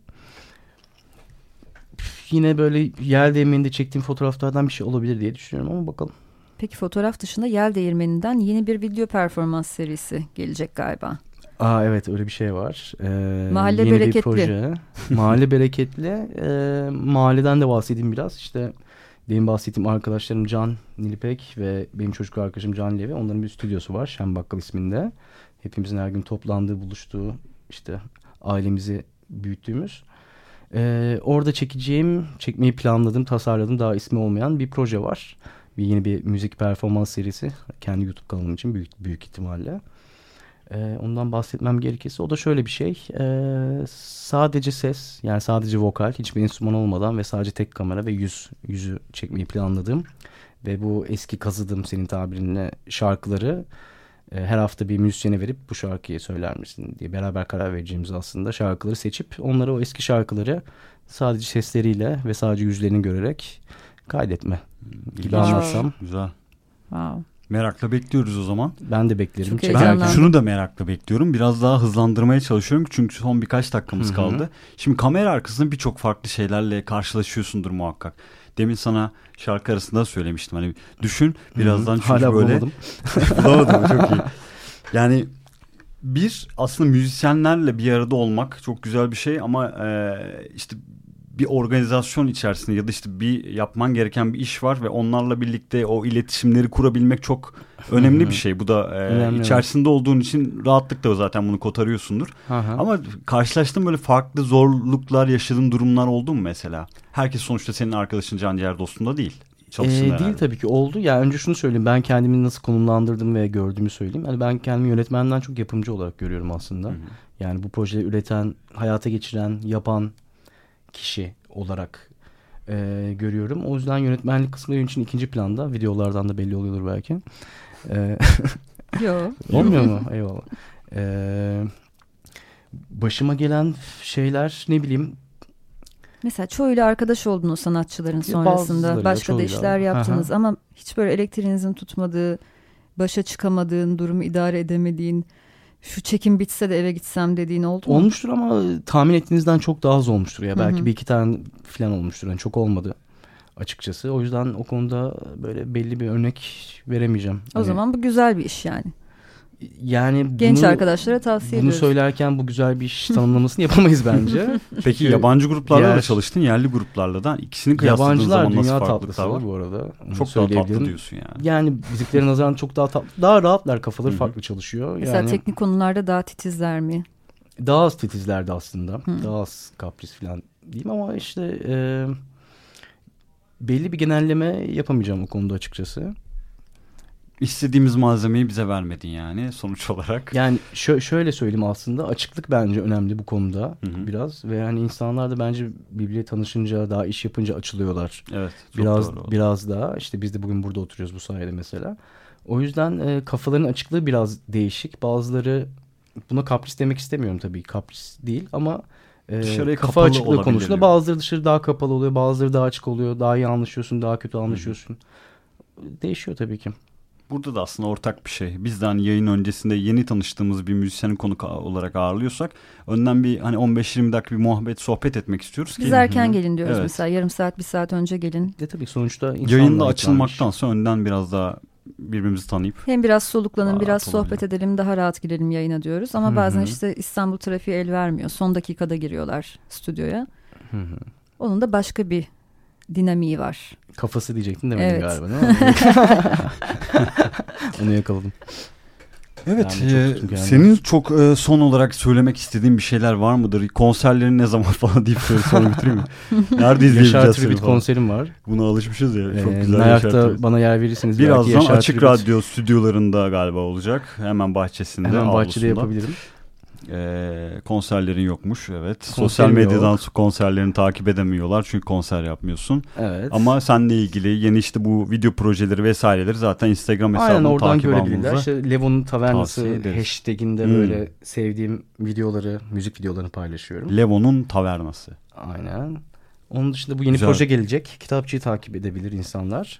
Yine böyle yel değirmeninde çektiğim fotoğraflardan bir şey olabilir diye düşünüyorum ama bakalım. Peki fotoğraf dışında Yel Değirmeni'nden yeni bir video performans serisi gelecek galiba. Aa evet öyle bir şey var. Ee, Mahalle yeni bereketli. Bir proje. Mahalle bereketli. Ee, mahalleden de bahsedeyim biraz. İşte benim bahsettiğim arkadaşlarım Can Nilipek ve benim çocuk arkadaşım Can Levi. Onların bir stüdyosu var. Şen Bakkal isminde. Hepimizin her gün toplandığı, buluştuğu, işte ailemizi büyüttüğümüz. Ee, orada çekeceğim, çekmeyi planladığım, tasarladığım daha ismi olmayan bir proje var. Bir yeni bir müzik performans serisi. Kendi YouTube kanalım için büyük büyük ihtimalle. Ee, ondan bahsetmem gerekirse o da şöyle bir şey. Ee, sadece ses, yani sadece vokal, hiçbir enstrüman olmadan ve sadece tek kamera ve yüz yüzü çekmeyi planladığım ve bu eski kazıdığım senin tabirinle şarkıları e, her hafta bir müzisyene verip bu şarkıyı söyler misin diye beraber karar vereceğimiz aslında şarkıları seçip onları o eski şarkıları sadece sesleriyle ve sadece yüzlerini görerek kaydetme gibi İlginç. anlatsam. Güzel. Wow. Merakla bekliyoruz o zaman. Ben de beklerim. Çok Çekerken. Ben heyecanlandım. şunu da merakla bekliyorum. Biraz daha hızlandırmaya çalışıyorum. Çünkü son birkaç dakikamız Hı hı. kaldı. Şimdi kamera arkasında birçok farklı şeylerle karşılaşıyorsundur muhakkak. Demin sana şarkı arasında söylemiştim. Hani düşün birazdan çünkü Hala böyle. bulamadım. Bulamadım çok iyi. Yani bir aslında müzisyenlerle bir arada olmak çok güzel bir şey ama e, işte bir organizasyon içerisinde ya da işte bir yapman gereken bir iş var ve onlarla birlikte o iletişimleri kurabilmek çok önemli bir şey. Bu da e, Önemli, içerisinde olduğun için rahatlıkla zaten bunu kotarıyorsundur. Aha. Ama karşılaştığın böyle farklı zorluklar yaşadığın durumlar oldu mu mesela? Herkes sonuçta senin arkadaşın, canciğer dostun da değil. Çalışsın Ee, herhalde. değil tabii ki oldu. Yani önce şunu söyleyeyim. Ben kendimi nasıl konumlandırdım ve gördüğümü söyleyeyim. Yani ben kendimi yönetmenden çok yapımcı olarak görüyorum aslında. Hı hı. Yani bu projeyi üreten, hayata geçiren, yapan kişi olarak e, görüyorum. O yüzden yönetmenlik kısmı benim için ikinci planda. Videolardan da belli oluyordur belki. Ee, Yok. Olmuyor mu? Eyvallah. Ee, başıma gelen şeyler ne bileyim. Mesela çoğuyla arkadaş oldun o sanatçıların sonrasında. bazılarıyla, Başka da çoğuyla. işler yaptınız Aha. ama hiç böyle elektriğinizin tutmadığı, başa çıkamadığın, durumu idare edemediğin, şu çekim bitse de eve gitsem dediğin oldu mu? Olmuştur ama tahmin ettiğinizden çok daha az olmuştur ya. Hı Belki hı. bir iki tane falan olmuştur. Yani çok olmadı açıkçası. O yüzden o konuda böyle belli bir örnek veremeyeceğim. O Hani, zaman bu güzel bir iş yani. yani Genç bunu, arkadaşlara tavsiye bunu ediyoruz. söylerken bu güzel bir iş tanımlamasını yapamayız bence. Peki Çünkü yabancı gruplarla da diğer- çalıştın, yerli gruplarla da. İkisini kıyasladığın Yabancılar zaman nasıl dünya farklılıklar tatlısı var? bu arada. Onu Çok daha tatlı söyleyebilirim. diyorsun yani. Yani bizimkilerin nazaran çok daha tatlı. Daha rahatlar, kafaları Hı hı. farklı çalışıyor. Mesela Yani teknik konularda daha titizler mi? daha az titizlerdi aslında. Hı. Daha az kapris falan diyeyim ama işte e, belli bir genelleme yapamayacağım o konuda açıkçası. İstediğimiz malzemeyi bize vermedin yani sonuç olarak. Yani şö- şöyle söyleyeyim aslında açıklık bence önemli bu konuda Hı hı. biraz ve yani insanlar da bence birbiriyle tanışınca daha iş yapınca açılıyorlar. Evet. Çok Biraz doğru. biraz daha işte biz de bugün burada oturuyoruz bu sayede mesela. O yüzden e, kafaların açıklığı biraz değişik. Bazıları buna kapris demek istemiyorum tabii. Kapris değil ama e, Dışarıya kafa kapalı açıklığı olabilir konusunda diyor. bazıları dışarı daha kapalı oluyor. Bazıları daha açık oluyor. Daha iyi anlaşıyorsun. Daha kötü anlaşıyorsun. Değişiyor tabii ki. Burada da aslında ortak bir şey. Biz de hani yayın öncesinde yeni tanıştığımız bir müzisyeni konuk olarak ağırlıyorsak önden bir hani on beş yirmi dakika bir muhabbet, sohbet etmek istiyoruz ki. Biz erken gelin diyoruz Evet. mesela. Yarım saat, bir saat önce gelin. De tabii sonuçta insanlar Yayında yıpranmış. açılmaktansa önden biraz daha birbirimizi tanıyıp. Hem biraz soluklanın, Rahat biraz olabiliyor. sohbet edelim, daha rahat girelim yayına diyoruz. Ama Hı bazen hı. işte İstanbul trafiği el vermiyor. Son dakikada giriyorlar stüdyoya. Hı hı. Onun da başka bir dinamiği var. Kafası diyecektin demedin Evet. galiba değil mi? Onu yakaladım. Evet, Yani çok e, tuttum kendimi. senin çok e, son olarak söylemek istediğin bir şeyler var mıdır? Konserlerin ne zaman falan deyip şöyle sonra bitireyim mi? Nerede Yaşar izleyebileceğiz seni Tribute falan? konserim var. Buna alışmışız ya. Çok Ee, güzel Yaşar Nayak'ta Tribute. bana yer verirseniz belki Birazdan Yaşar Açık Tribute Radyo stüdyolarında galiba olacak. Hemen bahçesinde, hemen bahçede avlusunda. yapabilirim. Ee, konserlerin yokmuş, evet. Konserim Sosyal medyadan yok. konserlerini takip edemiyorlar çünkü konser yapmıyorsun. Evet. Ama seninle ilgili yeni işte bu video projeleri vesaireleri zaten Instagram hesabını Aynen oradan takip görebilirler. almanıza İşte Levon'un Tavernası tavsiye ederiz. hashtaginde Hmm. böyle sevdiğim videoları, müzik videolarını paylaşıyorum. Levon'un Tavernası. Aynen. Onun dışında bu yeni Güzel. proje gelecek. Kitapçıyı takip edebilir insanlar.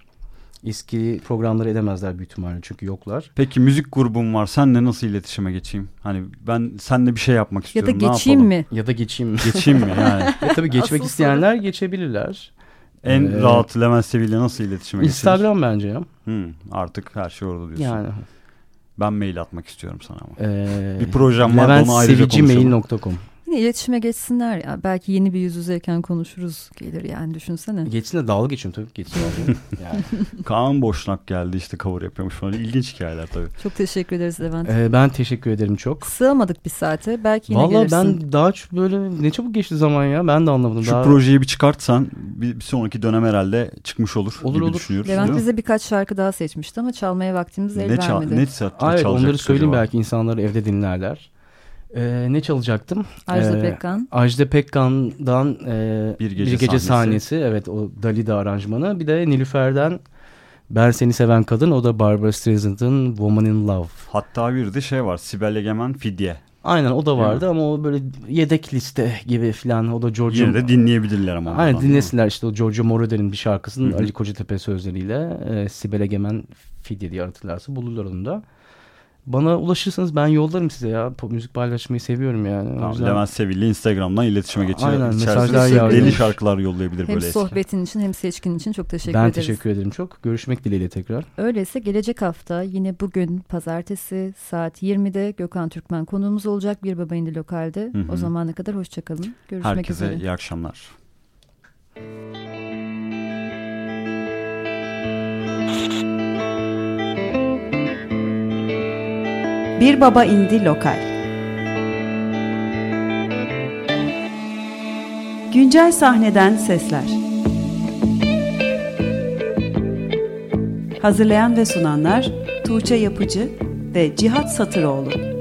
Eski programları edemezler büyük ihtimalle çünkü yoklar. Peki müzik grubum var. Seninle nasıl iletişime geçeyim? Hani ben seninle bir şey yapmak Ya istiyorum. da Ne geçeyim yapalım? mi? Ya da geçeyim mi? Geçeyim mi yani? E tabii geçmek Asıl isteyenler geçebilirler. En Ee, rahat Levent Sevil'le nasıl iletişime geçilir? Instagram bence ya. Hmm, artık her şey orada diyorsun. Yani. Ben mail atmak istiyorum sana ama. Ee, Bir projem var da onu ayrıca levent sevici mail konuşalım. nokta com. Yine iletişime geçsinler ya. Belki yeni bir yüz yüzeyken konuşuruz gelir yani, düşünsene. Geçsin de dalga geçiyorum tabii. Geçsin dalga. Yani. Kaan Boşnak geldi işte cover yapıyormuş falan. İlginç hikayeler tabii. Çok teşekkür ederiz Levent. Ee, ben teşekkür ederim çok. Sığamadık bir saate. Belki yine Vallahi gelirsin. ben daha çok böyle ne çabuk geçti zaman ya. Ben de anlamadım. Şu daha... projeyi bir çıkartsan bir, bir sonraki dönem herhalde çıkmış olur, Olur, gibi olur. düşünüyoruz. Levent değil mi? bize birkaç şarkı daha seçmişti ama çalmaya vaktimiz el ne, çal, vermedi. ne çal- Aa, evet onları çalacaktık söyleyeyim acaba? belki insanlar evde dinlerler. Ee, ne çalacaktım? Ajda Ee, Pekkan. Ajda Pekkan'dan e, Bir bir Gece gece, Sahnesi. sahnesi. Evet o Dalida aranjmanı. Bir de Nilüfer'den Ben Seni Seven Kadın. O da Barbara Streisand'ın Woman in Love. Hatta bir de şey var, Sibel Egemen Fidye. Aynen o da Değil vardı ama o böyle yedek liste gibi falan. O da Giorgio... Yine de dinleyebilirler ama. Aynen oradan. dinlesinler işte o Giorgio Moroder'in bir şarkısının Hı hı. Ali Kocatepe sözleriyle e, Sibel Egemen Fidye diye aratırlarsa bulurlar onu da. Bana ulaşırsanız ben yollarım size ya. Pop müzik paylaşmayı seviyorum yani. O Tamam, yüzden- Levent Sevil'le Instagram'dan iletişime geçiyor. Aynen, İçerisinde mesajlar deli yağıyor. şarkılar yollayabilir Hem böyle eski. sohbetin için hem seçkin için çok teşekkür Ben ederiz. teşekkür ederim çok. Görüşmek dileğiyle tekrar. Öyleyse gelecek hafta yine bugün pazartesi saat yirmide Gökhan Türkmen konuğumuz olacak Bir Baba İndi Lokal'de. Hı hı. O zamana kadar hoşçakalın. Görüşmek Herkese üzere. iyi akşamlar. Bir Baba İndi Lokal. Güncel sahneden sesler. Hazırlayan ve sunanlar Tuğçe Yapıcı ve Cihat Satıroğlu.